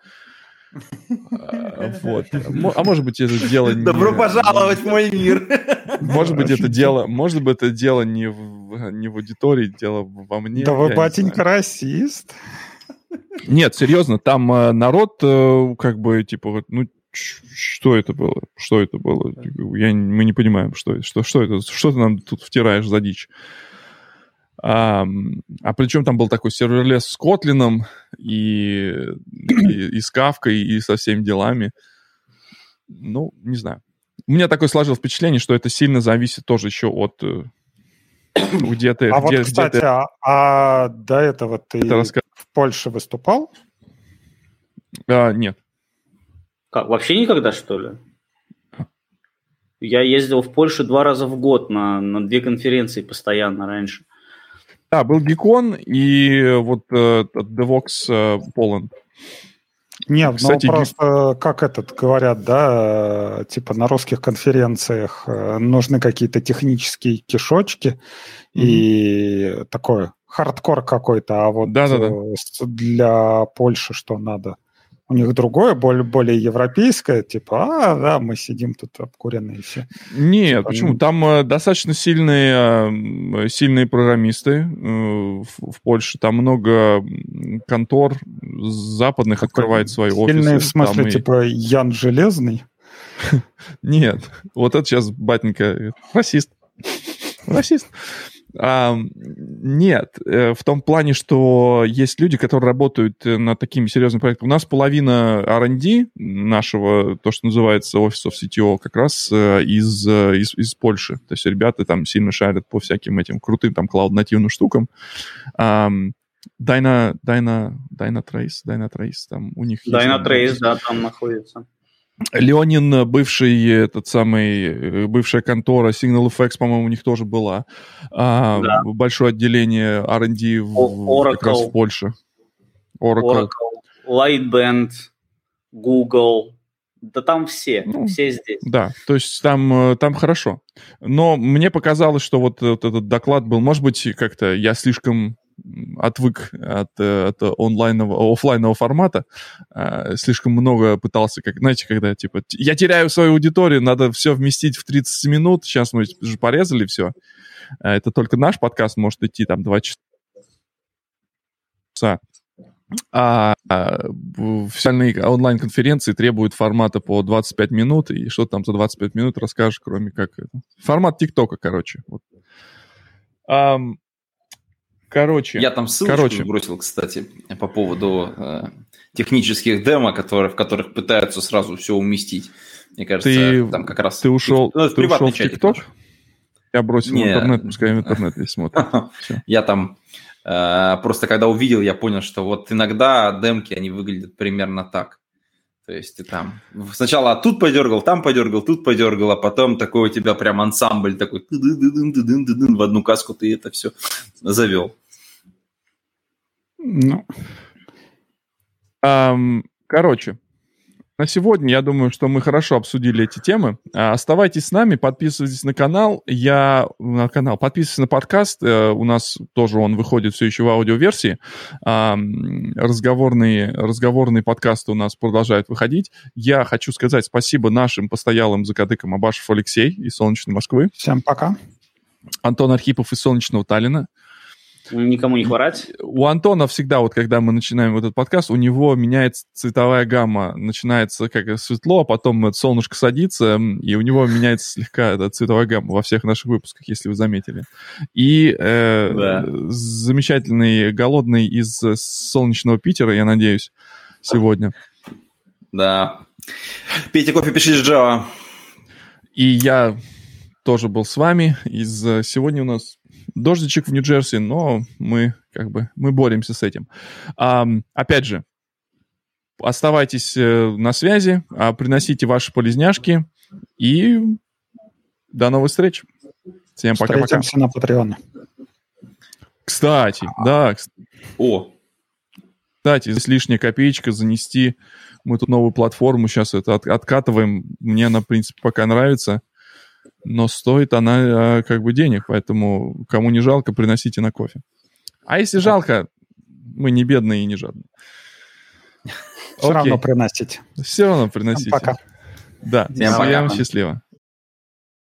Вот. А может быть, это дело... Добро пожаловать в мой мир! Может быть, это дело не в аудитории, дело во мне. Да вы, батенька, расист. Нет, серьезно, там народ как бы, типа, ну, что это было? Что это было? Мы не понимаем, что это. Что ты нам тут втираешь за дичь? А причем там был такой серверлес с Котлином и с Кавкой, и со всеми делами. Ну, не знаю. У меня такое сложилось впечатление, что это сильно зависит тоже еще от где-то... А вот, кстати, до этого ты в Польше выступал? Нет. Как, вообще никогда, что ли? Я ездил в Польшу 2 раза в год на 2 конференции постоянно раньше. Да, был Гикон и вот DevOps Poland. Нет, кстати, ну просто, как говорят, да, типа на русских конференциях нужны какие-то технические кишочки и такой хардкор какой-то, а вот для Польши что надо? У них другое, более европейское, типа, да, мы сидим тут обкуренные все. Нет, типа, почему? Там достаточно сильные программисты в Польше. Там много контор западных открывает свои офисы. Сильные в смысле, типа, Ян Железный? Нет, вот это сейчас, батенька, расист. Нет, в том плане, что есть люди, которые работают над такими серьезными проектами. У нас половина R&D нашего, то, что называется Office of CTO, как раз из Польши. То есть ребята там сильно шарят по всяким этим крутым там клауд-нативным штукам. Dynatrace, там у них есть... Dynatrace, да, там находится. Леонин, бывшая контора SignalFX, по-моему, у них тоже была. Да. Большое отделение R&D как раз в Польше. Oracle, Lightband, Google. Да там все здесь. Да, то есть там хорошо. Но мне показалось, что вот этот доклад был, может быть, как-то я слишком отвык от офлайнового формата, слишком много пытался, знаете, когда, типа, я теряю свою аудиторию, надо все вместить в 30 минут, сейчас мы же порезали все. Это только наш подкаст может идти там 2 часа. А официальные онлайн-конференции требуют формата по 25 минут, и что там за 25 минут расскажешь, кроме как... Формат ТикТока, короче. Вот. Я там ссылочку сбросил, кстати, по поводу технических демо, в которых пытаются сразу все уместить. Мне кажется, там как раз... Ты ушел в ТикТок? Я бросил интернет, пускай интернет весь смотрит. Я там просто когда увидел, я понял, что вот иногда демки, они выглядят примерно так. То есть ты там сначала тут подергал, там подергал, тут подергал, а потом такой у тебя прям ансамбль такой в одну каску ты это все завел. Короче, на сегодня я думаю, что мы хорошо обсудили эти темы. Оставайтесь с нами, подписывайтесь на канал. Подписывайтесь на подкаст. У нас тоже он выходит все еще в аудиоверсии. Разговорные подкасты у нас продолжают выходить. Я хочу сказать спасибо нашим постоялым закадыкам Абашев Алексей из солнечной Москвы. Всем пока. Антон Архипов из солнечного Таллина. Никому не хворать. У Антона всегда, вот когда мы начинаем этот подкаст, у него меняется цветовая гамма. Начинается как светло, а потом солнышко садится, и у него меняется слегка цветовая гамма во всех наших выпусках, если вы заметили. И замечательный голодный из солнечного Питера, я надеюсь, сегодня. Да. Пейте кофе, пишите Java. И я тоже был с вами. Сегодня у нас дождичек в Нью-Джерси, но мы боремся с этим. Опять же, оставайтесь на связи, приносите ваши полезняшки и до новых встреч. Всем пока-пока. Встретимся на Патреоне. Кстати, Кстати, здесь лишняя копеечка занести. Мы тут новую платформу сейчас откатываем. Мне она, в принципе, пока нравится. Но стоит она денег. Поэтому кому не жалко, приносите на кофе. А если жалко, мы не бедные и не жадные. Все равно приносите. Все равно приносите. Пока. Да, всем счастливо.